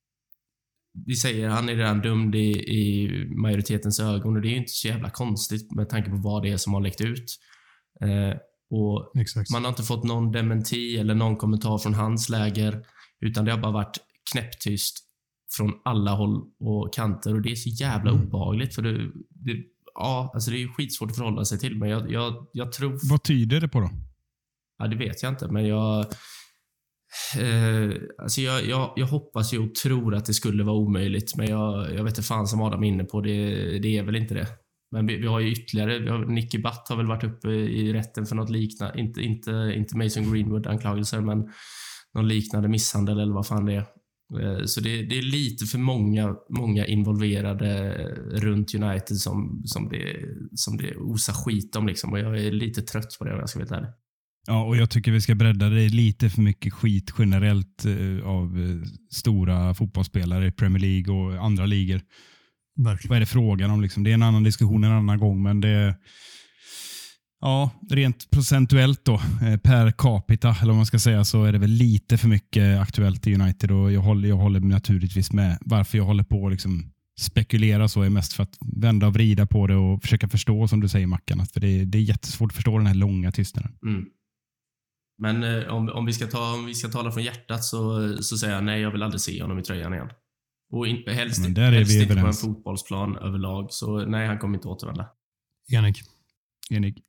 vi säger han är redan dömd i, i majoritetens ögon och det är ju inte så jävla konstigt med tanke på vad det är som har läckt ut. Eh, och Exakt. Man har inte fått någon dementi eller någon kommentar från hans läger, utan det har bara varit knäpptyst från alla håll och kanter och det är så jävla mm. obehagligt för det, det, ja, alltså det är ju skitsvårt att förhålla sig till, men jag, jag, jag tror... Vad tyder det på då? Ja, det vet jag inte, men jag eh, alltså jag, jag, jag hoppas ju och tror att det skulle vara omöjligt, men jag, jag vet inte fan som Adam är inne på, det, det är väl inte det. Men vi, vi har ju ytterligare, vi har, Nicky Butt har väl varit uppe i rätten för något liknande, inte, inte, inte Mason Greenwood-anklagelser, men någon liknande misshandel eller vad fan det är. Så det, det är lite för många, många involverade runt United som, som, det, som det osar skit om liksom, och jag är lite trött på det om jag ska veta det. Ja, och jag tycker vi ska bredda det lite för mycket skit generellt eh, av eh, stora fotbollsspelare i Premier League och andra ligor. Verkligen. Vad är det frågan om? Liksom? Det är en annan diskussion en annan gång, men det Ja, rent procentuellt då, per capita, eller vad man ska säga, så är det väl lite för mycket aktuellt i United och jag håller, jag håller naturligtvis med. Varför jag håller på att liksom spekulera så är mest för att vända och vrida på det och försöka förstå, som du säger Mackan, för det, det är jättesvårt att förstå den här långa tystnaden. Mm. Men eh, om, om, vi ska ta, om vi ska tala från hjärtat så, så säger jag nej, jag vill aldrig se honom i tröjan igen. Och in, helst, Men där är helst vi inte på en överens. fotbollsplan överlag, så nej, han kommer inte återvända. Enig. Enig.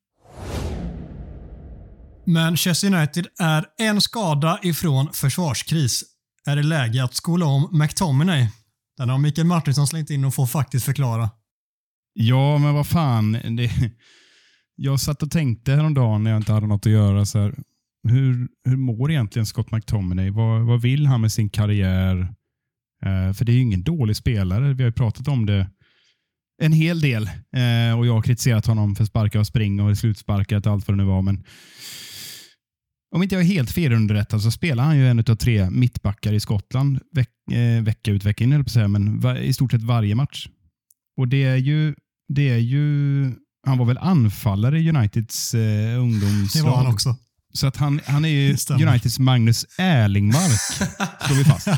Manchester United är en skada ifrån försvarskris. Är det läge att skola om McTominay? Den har Mikael Martinsson slängt in och får faktiskt förklara. Ja, men vad fan. Det, jag satt och tänkte häromdagen när jag inte hade något att göra. Så här, hur, hur mår egentligen Scott McTominay? Vad, vad vill han med sin karriär? Eh, för det är ju ingen dålig spelare. Vi har ju pratat om det en hel del. Eh, och jag har kritiserat honom för sparka och springa och slutsparkat och allt vad det nu var. Men om inte jag är helt felunderrättad så spelar han ju en av tre mittbackar i Skottland veck, eh, vecka ut vecka in, eller på att säga, men va, i stort sett varje match. Och det är ju, det är ju han var väl anfallare i Uniteds eh, ungdomslag. Det var han också. Så att han, han är ju Uniteds Magnus Erlingmark, slår vi fast.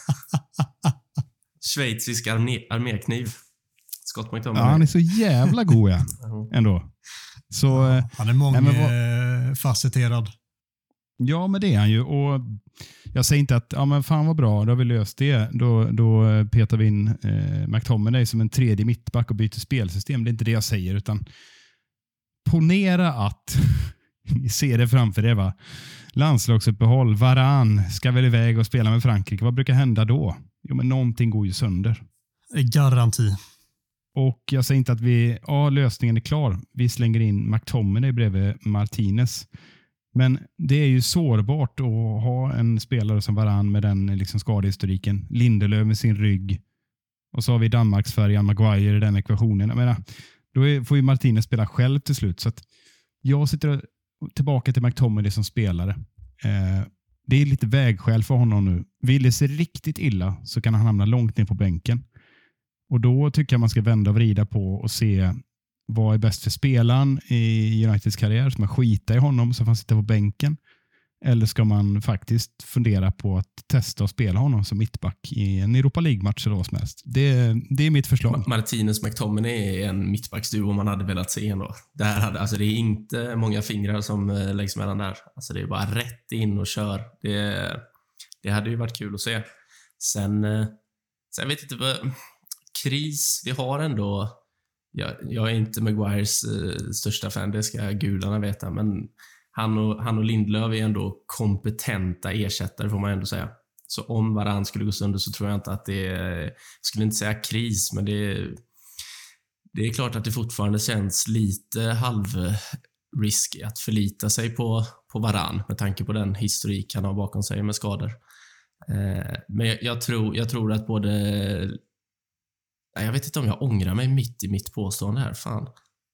Schweizisk armé, armékniv. Scott McTominay. Ja, han är så jävla god igen, ändå. Så, ja, han är mångfacetterad. Vad... Ja, men det är han ju. Och jag säger inte att ja, men fan vad bra, då har vi löst det. Då, då petar vi in eh, McTominay som en tredje mittback och byter spelsystem. Det är inte det jag säger, utan ponera att ni ser det framför er, va? Landslagsuppehåll, Varane ska väl iväg och spela med Frankrike. Vad brukar hända då? Jo, men någonting går ju sönder. Garanti. Och jag säger inte att vi, ja, lösningen är klar. Vi slänger in McTominay bredvid Martinez. Men det är ju sårbart att ha en spelare som Varane med den liksom skadehistoriken. Lindelöf med sin rygg. Och så har vi Danmarksfärjan Maguire i den ekvationen. Jag menar, då är, får ju Martinez spela själv till slut. Så att jag sitter tillbaka till McTominay som spelare. Eh, det är lite vägskäl för honom nu. Vill det se riktigt illa så kan han hamna långt ner på bänken. Och då tycker jag man ska vända och vrida på och se vad är bäst för spelaren i Uniteds karriär. Ska man skita i honom så får han sitta på bänken? Eller ska man faktiskt fundera på att testa och spela honom som mittback i en Europa League-match eller vad som helst? Det, det är mitt förslag. Martinez McTominay är en mittbacksduo man hade velat se ändå. Det, här hade, alltså det är inte många fingrar som läggs mellan där. Alltså det är bara rätt in och kör. Det, det hade ju varit kul att se. Sen, sen vet inte vad... Kris, vi har ändå... Jag, jag är inte Maguires uh, största fan, det ska gudarna veta, men han och, han och Lindelöf är ändå kompetenta ersättare, får man ändå säga. Så om Varane skulle gå sönder så tror jag inte att det är... Jag skulle inte säga kris, men det är, det är klart att det fortfarande känns lite halvrisky att förlita sig på, på Varane med tanke på den historik han har bakom sig med skador. Uh, men jag, jag, tror, jag tror att både... Jag vet inte om jag ångrar mig mitt i mitt påstående här. Fan.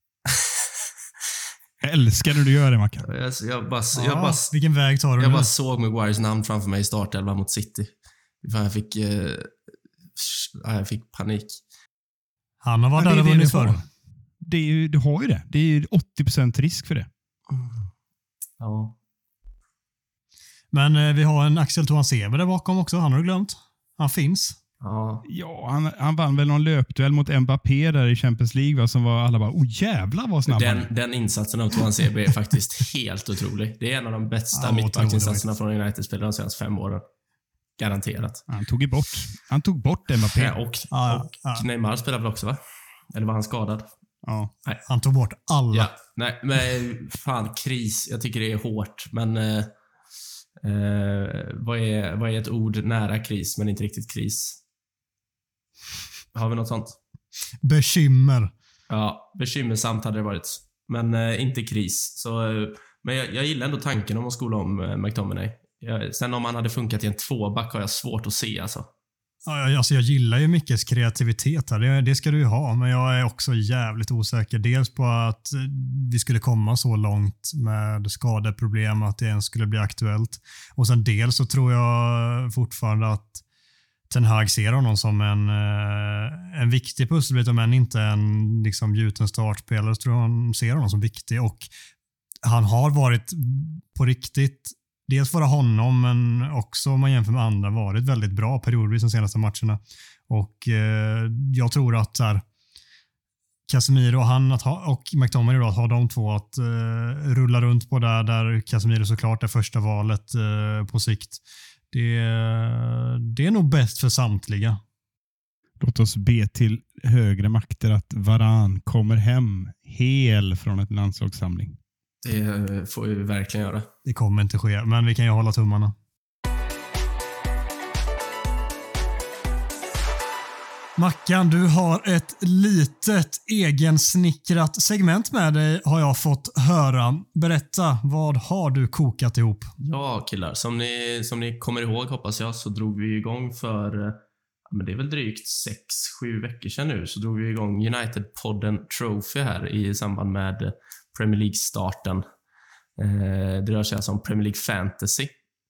Jag älskar när du gör det, Mackan. Jag, jag, bara, Ja, jag, bara, vilken väg tar du jag nu? bara såg Maguires namn framför mig i startelva mot City. Fan, jag fick... Eh, jag fick panik. Han har varit Ja, där och det är det vunnit du har. förr. Det är ju, du har ju det. Det är ju åttio procent risk för det. Ja. Men eh, vi har en Axel Tuanzebe där bakom också. Han har du glömt. Han finns. Ja. Ja, han, han vann väl någon löpduell mot Mbappé där i Champions League, va, som var alla bara, oh jävlar vad snabb han är. Den, den insatsen av Tuanzebe är faktiskt helt otrolig. Det är en av de bästa Ja, mittbacksinsatserna från United-spelare de senaste fem åren. Garanterat. Han tog ju bort, han tog bort Mbappé. Ja, och Ja, och ja. Neymar spelade väl också, va? Eller var han skadad? Ja. Han tog bort alla. Ja, nej, men fan, kris. Jag tycker det är hårt, men eh, eh, vad, är, vad är ett ord nära kris, men inte riktigt kris? Har vi något sånt? Bekymmer. Ja, bekymmersamt hade det varit. Men eh, inte kris. Så, eh, men jag, jag gillar ändå tanken om att skola om eh, McTominay. Jag, sen om han hade funkat i en tvåback har jag svårt att se, alltså. Ja, jag- alltså jag gillar ju Mickes kreativitet här. Det, det ska du ju ha, men jag är också jävligt osäker. Dels på att eh, vi skulle komma så långt med skadeproblem att det ens skulle bli aktuellt. Och sen dels så tror jag fortfarande att Ten Hag ser honom som en, en viktig pusselbit, om än inte en liksom gjuten startspelare, så tror jag han ser honom som viktig, och han har varit på riktigt, dels bara honom men också om man jämför med andra, varit väldigt bra periodvis de senaste matcherna, och eh, jag tror att så här, Casemiro och han att ha, och McTominay då, att ha de två att eh, rulla runt på där, där Casemiro såklart är första valet eh, på sikt. Det, det är nog bäst för samtliga. Låt oss be till högre makter att Varane kommer hem hel från ett landslagssamling. Det får vi verkligen göra. Det kommer inte ske, men vi kan ju hålla tummarna. Mackan, du har ett litet egensnickrat segment med dig, har jag fått höra. Berätta, vad har du kokat ihop? Ja, killar. Som ni, som ni kommer ihåg, hoppas jag, så drog vi igång för, men det är väl drygt sex, sju veckor sedan nu, så drog vi igång United-podden Trophy här i samband med Premier League-starten. Eh, det rör sig alltså om Premier League Fantasy.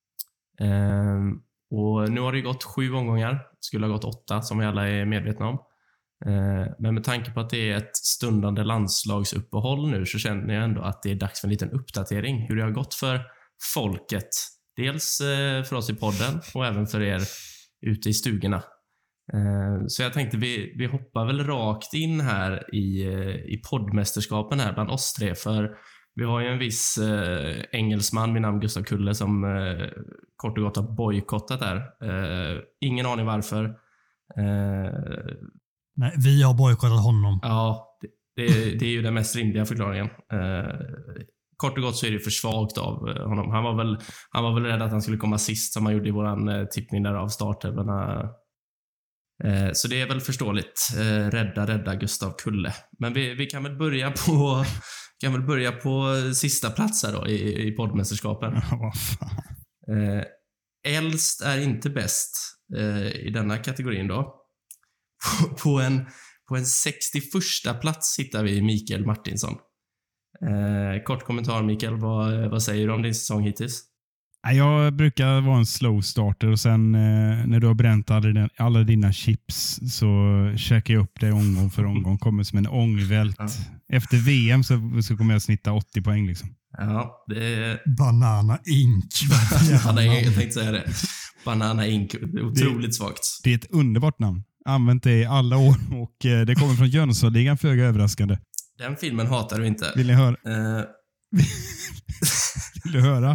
Eh, och nu har det gått sju omgångar. Skulle ha gått åtta, som vi alla är medvetna om. Eh, men med tanke på att det är ett stundande landslagsuppehåll nu, så känner jag ändå att det är dags för en liten uppdatering. Hur det har gått för folket. Dels eh, för oss i podden och även för er ute i stugorna. Eh, så jag tänkte vi, vi hoppar väl rakt in här i, i poddmästerskapen här bland oss tre. För vi har ju en viss eh, engelsman vid namn Gustav Kulle som eh, kort och gott har bojkottat där. Eh, ingen aning varför. Eh, Nej, vi har bojkottat honom. ja, det, det, det är ju den mest rimliga förklaringen. Eh, kort och gott så är det för svagt av eh, honom. Han var, väl, han var väl rädd att han skulle komma sist, som han gjorde i våran eh, tippning där av startävlarna. Eh, så det är väl förståeligt. Eh, rädda, rädda Gustav Kulle. Men vi, vi kan väl börja på kan väl börja på sista plats här då i, i poddmästerskapen. Ja, vad fan. Eh, äldst är inte bäst eh, i denna kategorin då. På, på, en, på en sextioförsta plats hittar vi Mikael Martinsson. Eh, kort kommentar, Mikael. Vad, vad säger du om din säsong hittills? Jag brukar vara en slow starter och sen eh, när du har bränt alla, alla dina chips så käkar jag upp det omgång för omgång. Kommer som en ångvält. Ja. Efter V M så, så kommer jag snitta åttio poäng liksom. Ja, det är... Banana Ink. Ja, jag tänkte säga det. Banana Ink. Otroligt det, svagt. Det är ett underbart namn. Använt det i alla år och eh, det kommer från Jönssonligan, föga överraskande. Den filmen hatar du inte. Vill ni höra? Uh... Vill du höra?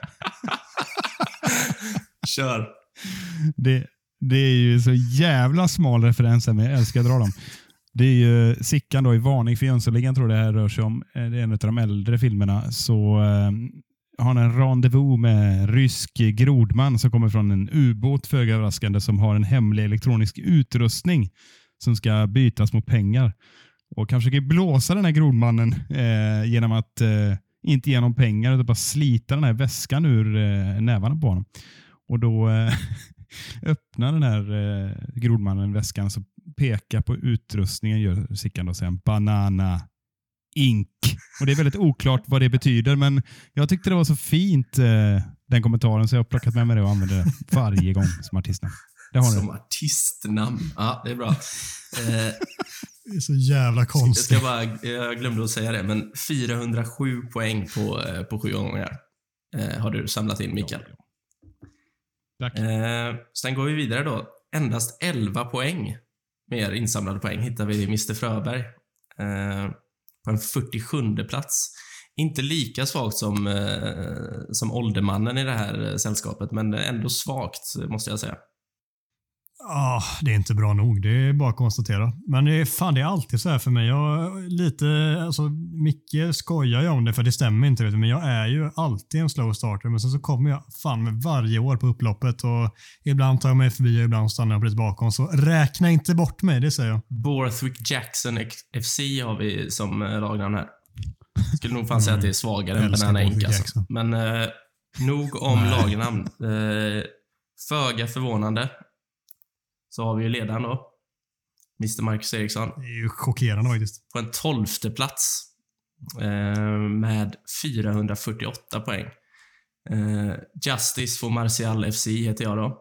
Kör. Det, det är ju så jävla smal referens, men jag älskar att dra dem. Det är ju Sickan då i Varning för Jönssonligan, tror det här rör sig om. Det är en av de äldre filmerna. Så eh, har han en rendezvous med rysk grodman som kommer från en ubåt, föga överraskande, som har en hemlig elektronisk utrustning som ska bytas mot pengar. Och kanske kan blåsa den här grodmannen eh, genom att eh, inte ge honom pengar utan bara slita den här väskan ur eh, nävarna på honom. Och då eh, öppnar den här eh, grodmannen väskan, så pekar på utrustningen, gör Sickan då, säger Banana Ink. Och det är väldigt oklart vad det betyder, men jag tyckte det var så fint eh, den kommentaren, så jag har plockat med mig det och använder det varje gång som artistnamn. Det har som det. artistnamn. Ja, det är bra. Eh, det är så jävla konstigt. Jag, ska bara, jag glömde att säga det, men fyrahundrasju poäng på, på sju gånger eh, har du samlat in, Mikael. Tack. Eh, sen går vi vidare då. Endast elva poäng mer insamlade poäng hittar vi mister Fröberg eh, på en fyrtiosjunde plats. Inte lika svagt som, eh, som åldermannen i det här sällskapet, men ändå svagt, måste jag säga. Ja, oh, det är inte bra nog. Det är bara att konstatera. Men det är, fan, det är alltid så här för mig. Jag lite, alltså, Micke skojar ju om det, för det stämmer inte. Men jag är ju alltid en slow starter. Men sen så kommer jag fan med varje år på upploppet. Och ibland tar jag mig förbi och ibland stannar jag precis bakom. Så räkna inte bort mig, det säger jag. Borthwick Jackson F C har vi som lagnamn här. Skulle nog fan säga att det är svagare än Banana Ink. Alltså. Men eh, nog om lagnamn. Eh, föga förvånande. Så har vi ju ledaren då. mister Marcus Eriksson. Det är ju chockerande faktiskt. På en tolfte plats. Eh, med fyrahundrafyrtioåtta poäng. Eh, Justice for Martial F C heter jag då.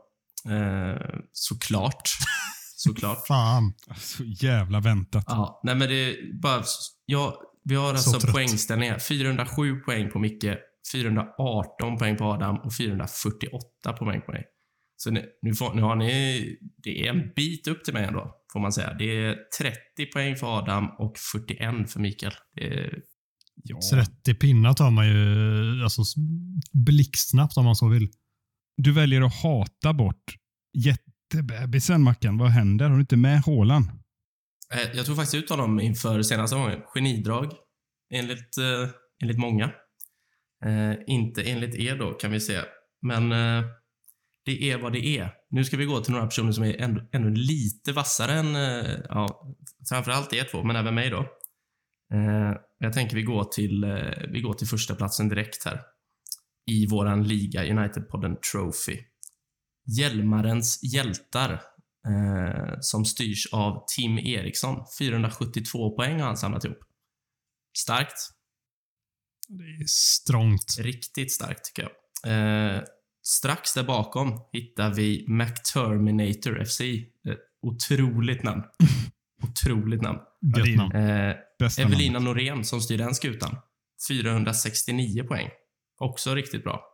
Eh, såklart. Såklart. Fan. Så jävla väntat. Ja, nej men det är bara... Ja, vi har alltså poängställningar. fyrahundrasju poäng på Micke, fyrahundraarton poäng på Adam och fyrahundrafyrtioåtta poäng på mig. Så nu, nu, får, nu har ni... Det är en bit upp till mig ändå, får man säga. Det är trettio poäng för Adam och fyrtioen för Mikael. Det är, Ja. trettio pinnar tar man ju alltså, blixtsnabbt om man så vill. Du väljer att hata bort jättebebisen, Mackan. Vad händer? Har du inte med Haaland? eh, jag tog faktiskt ut honom inför senaste gången. Genidrag, enligt, eh, enligt många. Eh, inte enligt er då, kan vi säga. Men eh, det är vad det är. Nu ska vi gå till några personer som är ännu, ännu lite vassare än eh, ja, framförallt er två, men även mig då. Eh, jag tänker vi går till eh, vi går till första platsen direkt här i våran liga, United-podden Trophy. Hjälmarens hjältar eh, som styrs av Tim Eriksson. fyrahundrasjuttiotvå poäng har han samlat ihop. Starkt. Det är strångt. Riktigt starkt tycker jag. Eh, strax där bakom hittar vi McTerminator F C. Eh, otroligt namn. Otroligt namn. Gött det är- namn. Eh, Bästa Evelina namnet. Norén som styr den skutan. fyrahundrasextionio poäng. Också riktigt bra.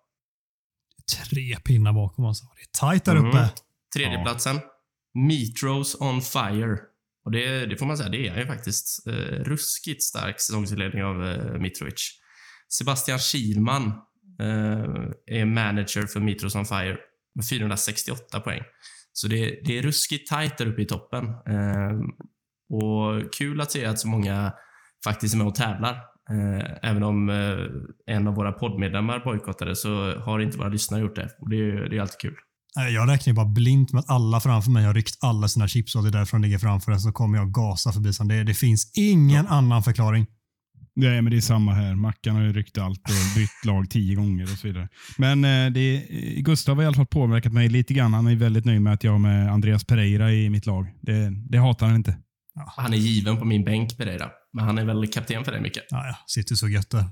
Tre pinnar bakom alltså. Det är tajt där Mm. uppe. Tredjeplatsen. Metros on fire. Och det, det får man säga, det är ju faktiskt eh, ruskigt stark säsongsledning av eh, Mitrovic. Sebastian Kihlman eh, är manager för Metros on fire med fyrahundrasextioåtta poäng. Så det, det är ruskigt tajt där uppe i toppen. Eh, och kul att se att så många faktiskt är med och tävlar. Eh, även om eh, en av våra poddmedlemmar bojkottade så har inte våra lyssnare gjort det. Och det, är- det är alltid kul. Nej, jag räknar ju bara blint med att alla framför mig har ryckt alla sina chips och det är därför de ligger framför en, så kommer jag gasa förbi. Så det, det finns ingen annan förklaring. Nej, men det är samma här. Mackan har ju ryckt allt och bytt lag tio gånger och så vidare. Men eh, det är, Gustav har i alla fall påverkat mig lite grann. Han är väldigt nöjd med att jag har med Andreas Pereira i mitt lag. Det, det hatar han inte. Han är given på min bänk, Pereira. Men han är väl kapten för dig, Micke? Ja, ja, sitter så gött där.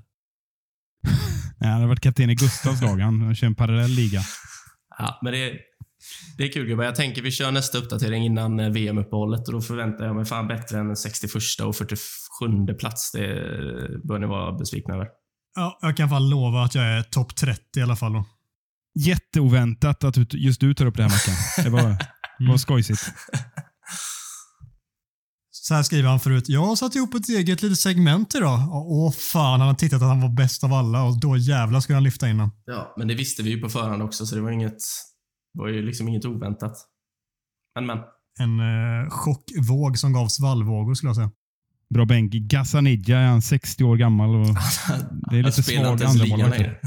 Nej, han har varit kapten i Gustavs lag. Han kör en parallell liga. Ja, men det, det är kul, gubbar. Jag tänker vi kör nästa uppdatering innan eh, V M-uppehållet och då förväntar jag mig fan bättre än sextioförsta och fyrtiosjunde plats. Det bör ni vara besvikna över. Ja, jag kan fan lova att jag är topp trettio i alla fall. Då. Jätteoväntat att du, just du tar upp det här, Mackan. Det var, det var skojsigt. Så här skriver han förut. Jag har satt ihop ett eget litet segment idag. Åh fan, han har tittat att han var bäst av alla och då jävlar skulle han lyfta in honom. Ja, men det visste vi ju på förhand också, så det var inget, det var ju liksom inget oväntat. Men, men. En eh, chockvåg som gav svallvågor skulle jag säga. Bra bänk. Gassanidja är han sextio år gammal och det är Jag lite spelar svag inte ens andra ligan boll. längre.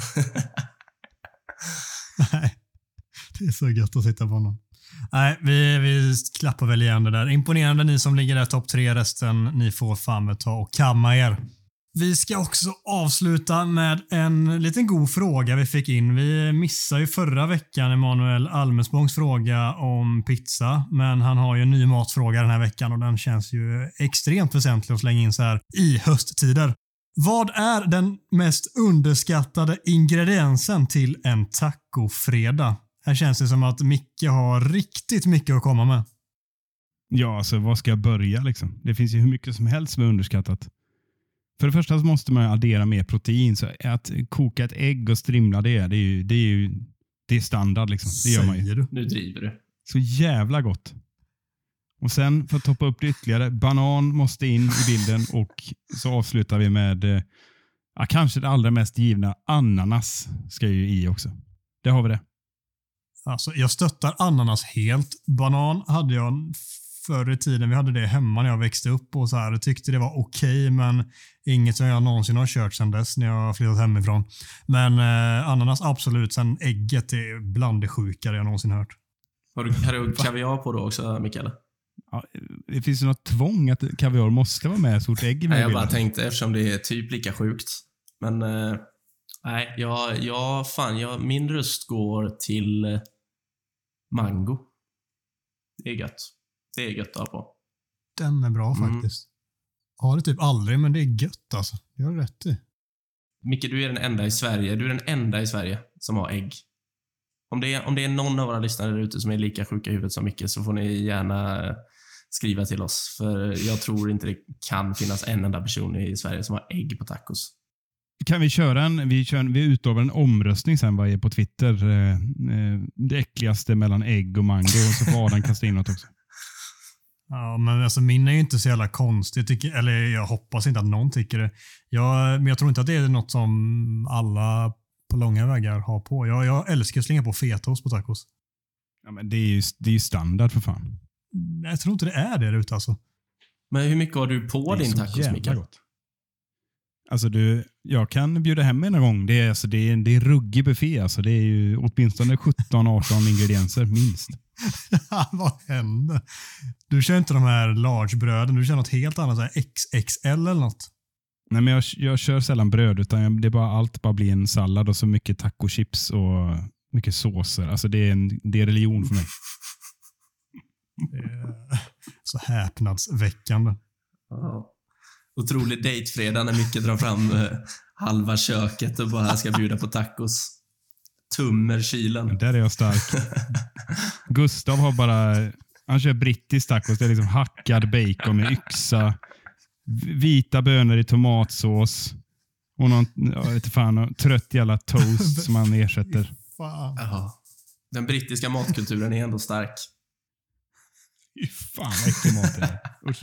Nej, det är så gött att sitta på honom. Nej, vi, vi klappar väl igen det där. Imponerande ni som ligger där topp tre. Resten, ni får fan med ta och kamma er. Vi ska också avsluta med en liten god fråga vi fick in. Vi missade ju förra veckan Emanuel Almesbångs fråga om pizza, men han har ju en ny matfråga den här veckan och den känns ju extremt väsentlig att slänga in så här i hösttider. Vad är den mest underskattade ingrediensen till en tacofredag? Här känns det som att Micke har riktigt mycket att komma med. Ja, alltså vad ska jag börja liksom? Det finns ju hur mycket som helst som är underskattat. För det första så måste man addera mer protein. Så att koka ett ägg och strimla det, det är ju, det är ju det är standard liksom. Det gör man ju. Säger du? Nu driver du. Så jävla gott. Och sen för att toppa upp det ytterligare, banan måste in i bilden och så avslutar vi med eh, ja, kanske det allra mest givna, ananas ska ju i också. Det har vi det. Alltså, jag stöttar ananas helt. Banan hade jag förr i tiden. Vi hade det hemma när jag växte upp och så här. Jag tyckte det var okej, okay, men inget som jag någonsin har kört sedan dess när jag har flyttat hemifrån. Men eh, ananas absolut. Sen ägget är bland det sjukare jag någonsin hört. Har du, har du kaviar på då också, Mikael? Ja, det finns ju något tvång att kaviar måste vara med så fort ägg i Nej, jag bilden. bara tänkte eftersom det är typ lika sjukt. Men eh, nej, jag, jag, fan, jag, min röst går till eh, mango. Det är gött. Det är gött att ha på. Den är bra Mm. faktiskt. Har det typ aldrig, men det är gött alltså. Det har du rätt i. Micke, du är den enda i Sverige. Du är den enda i Sverige som har ägg. Om det, är, om det är någon av våra lyssnare där ute som är lika sjuka i huvudet som Micke, så får ni gärna skriva till oss. För jag tror inte det kan finnas en enda person i Sverige som har ägg på tacos. Kan vi köra en, vi, kör, vi utlovar en omröstning sen vad är på Twitter. Eh, eh, det äckligaste mellan ägg och mango. Och så får Adam kasta in något också. Ja, men alltså min är ju inte så jävla konstig. Jag tycker, eller jag hoppas inte att någon tycker det. Jag, men jag tror inte att det är något som alla på långa vägar har på. Jag, jag älskar att slänga på fetaost på tacos. Ja, men det är ju det är ju standard för fan. Jag tror inte det är det där ute alltså. Men hur mycket har du på din tacos, Mikael? Gott. Alltså du, jag kan bjuda hem en gång. Det är, alltså, det är, det är ruggig buffé. Alltså. Det är ju åtminstone sjutton arton ingredienser, minst. Vad händer? Du kör inte de här large-bröden. Du kör något helt annat, så här X X L eller något. Nej, men jag, jag kör sällan bröd, utan jag, det är bara allt bara blir en sallad och så mycket tacochips och mycket såser. Alltså det är, en, det är religion för mig. Det är så häpnadsväckande. Ja. Otrolig dejtfredag när Micke drar fram eh, halva köket och bara ska bjuda på tacos. Tummer kylen. Där är jag stark. Gustav har bara, han kör brittisk tacos. Det är liksom hackad bacon med yxa, vita bönor i tomatsås och någon, jag vet inte fan, trött jävla toast som man ersätter. Fan. Ja. Den brittiska matkulturen är ändå stark. Fy fan vad äcklig mat det är. Usch.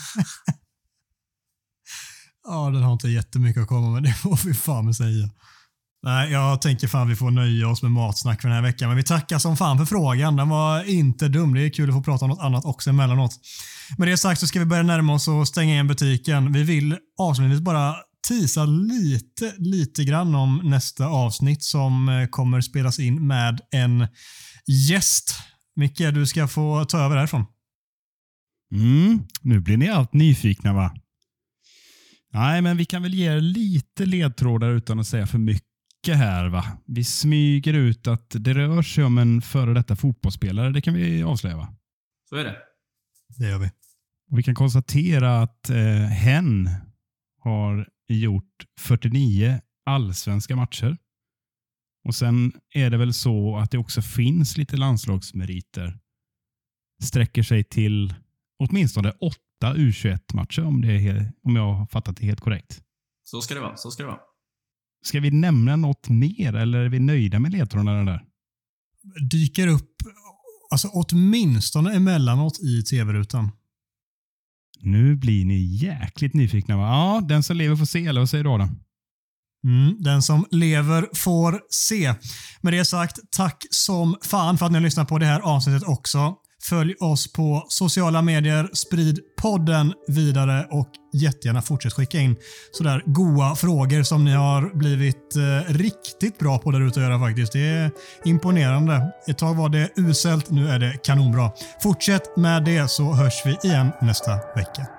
Ja, den har inte jättemycket att komma med. Det får vi fan med säga. Nej, jag tänker fan vi får nöja oss med matsnack för den här veckan. Men vi tackar som fan för frågan. Den var inte dum. Det är kul att få prata om något annat också emellanåt. Med det sagt så ska vi börja närma oss och stänga igen butiken. Vi vill avslutningsvis bara tisa lite, lite grann om nästa avsnitt som kommer spelas in med en gäst. Micke, du ska få ta över härifrån. Mm, nu blir ni allt nyfikna, va? Nej, men vi kan väl ge lite ledtrådar utan att säga för mycket här, va? Vi smyger ut att det rör sig om en före detta fotbollsspelare. Det kan vi avslöja, va? Så är det. Det gör vi. Och vi kan konstatera att eh, hen har gjort fyrtionio allsvenska matcher. Och sen är det väl så att det också finns lite landslagsmeriter. Sträcker sig till åtminstone åtta U tjugoett-matcher om, det är helt, om jag har fattat det helt korrekt. Så ska det vara. Så ska det vara. Ska vi nämna något mer eller är vi nöjda med ledtrådarna där? Dyker upp alltså åtminstone emellanåt i tv-rutan. Nu blir ni jäkligt nyfikna, va? Ja, den som lever får se, eller vad säger du, Adam? Mm, den som lever får se. Med det sagt, tack som fan för att ni har lyssnat på det här avsnittet också. Följ oss på sociala medier, sprid podden vidare och jättegärna fortsätt skicka in sådär goa frågor som ni har blivit eh, riktigt bra på där ute att göra faktiskt. Det är imponerande. Ett tag var det uselt, nu är det kanonbra. Fortsätt med det så hörs vi igen nästa vecka.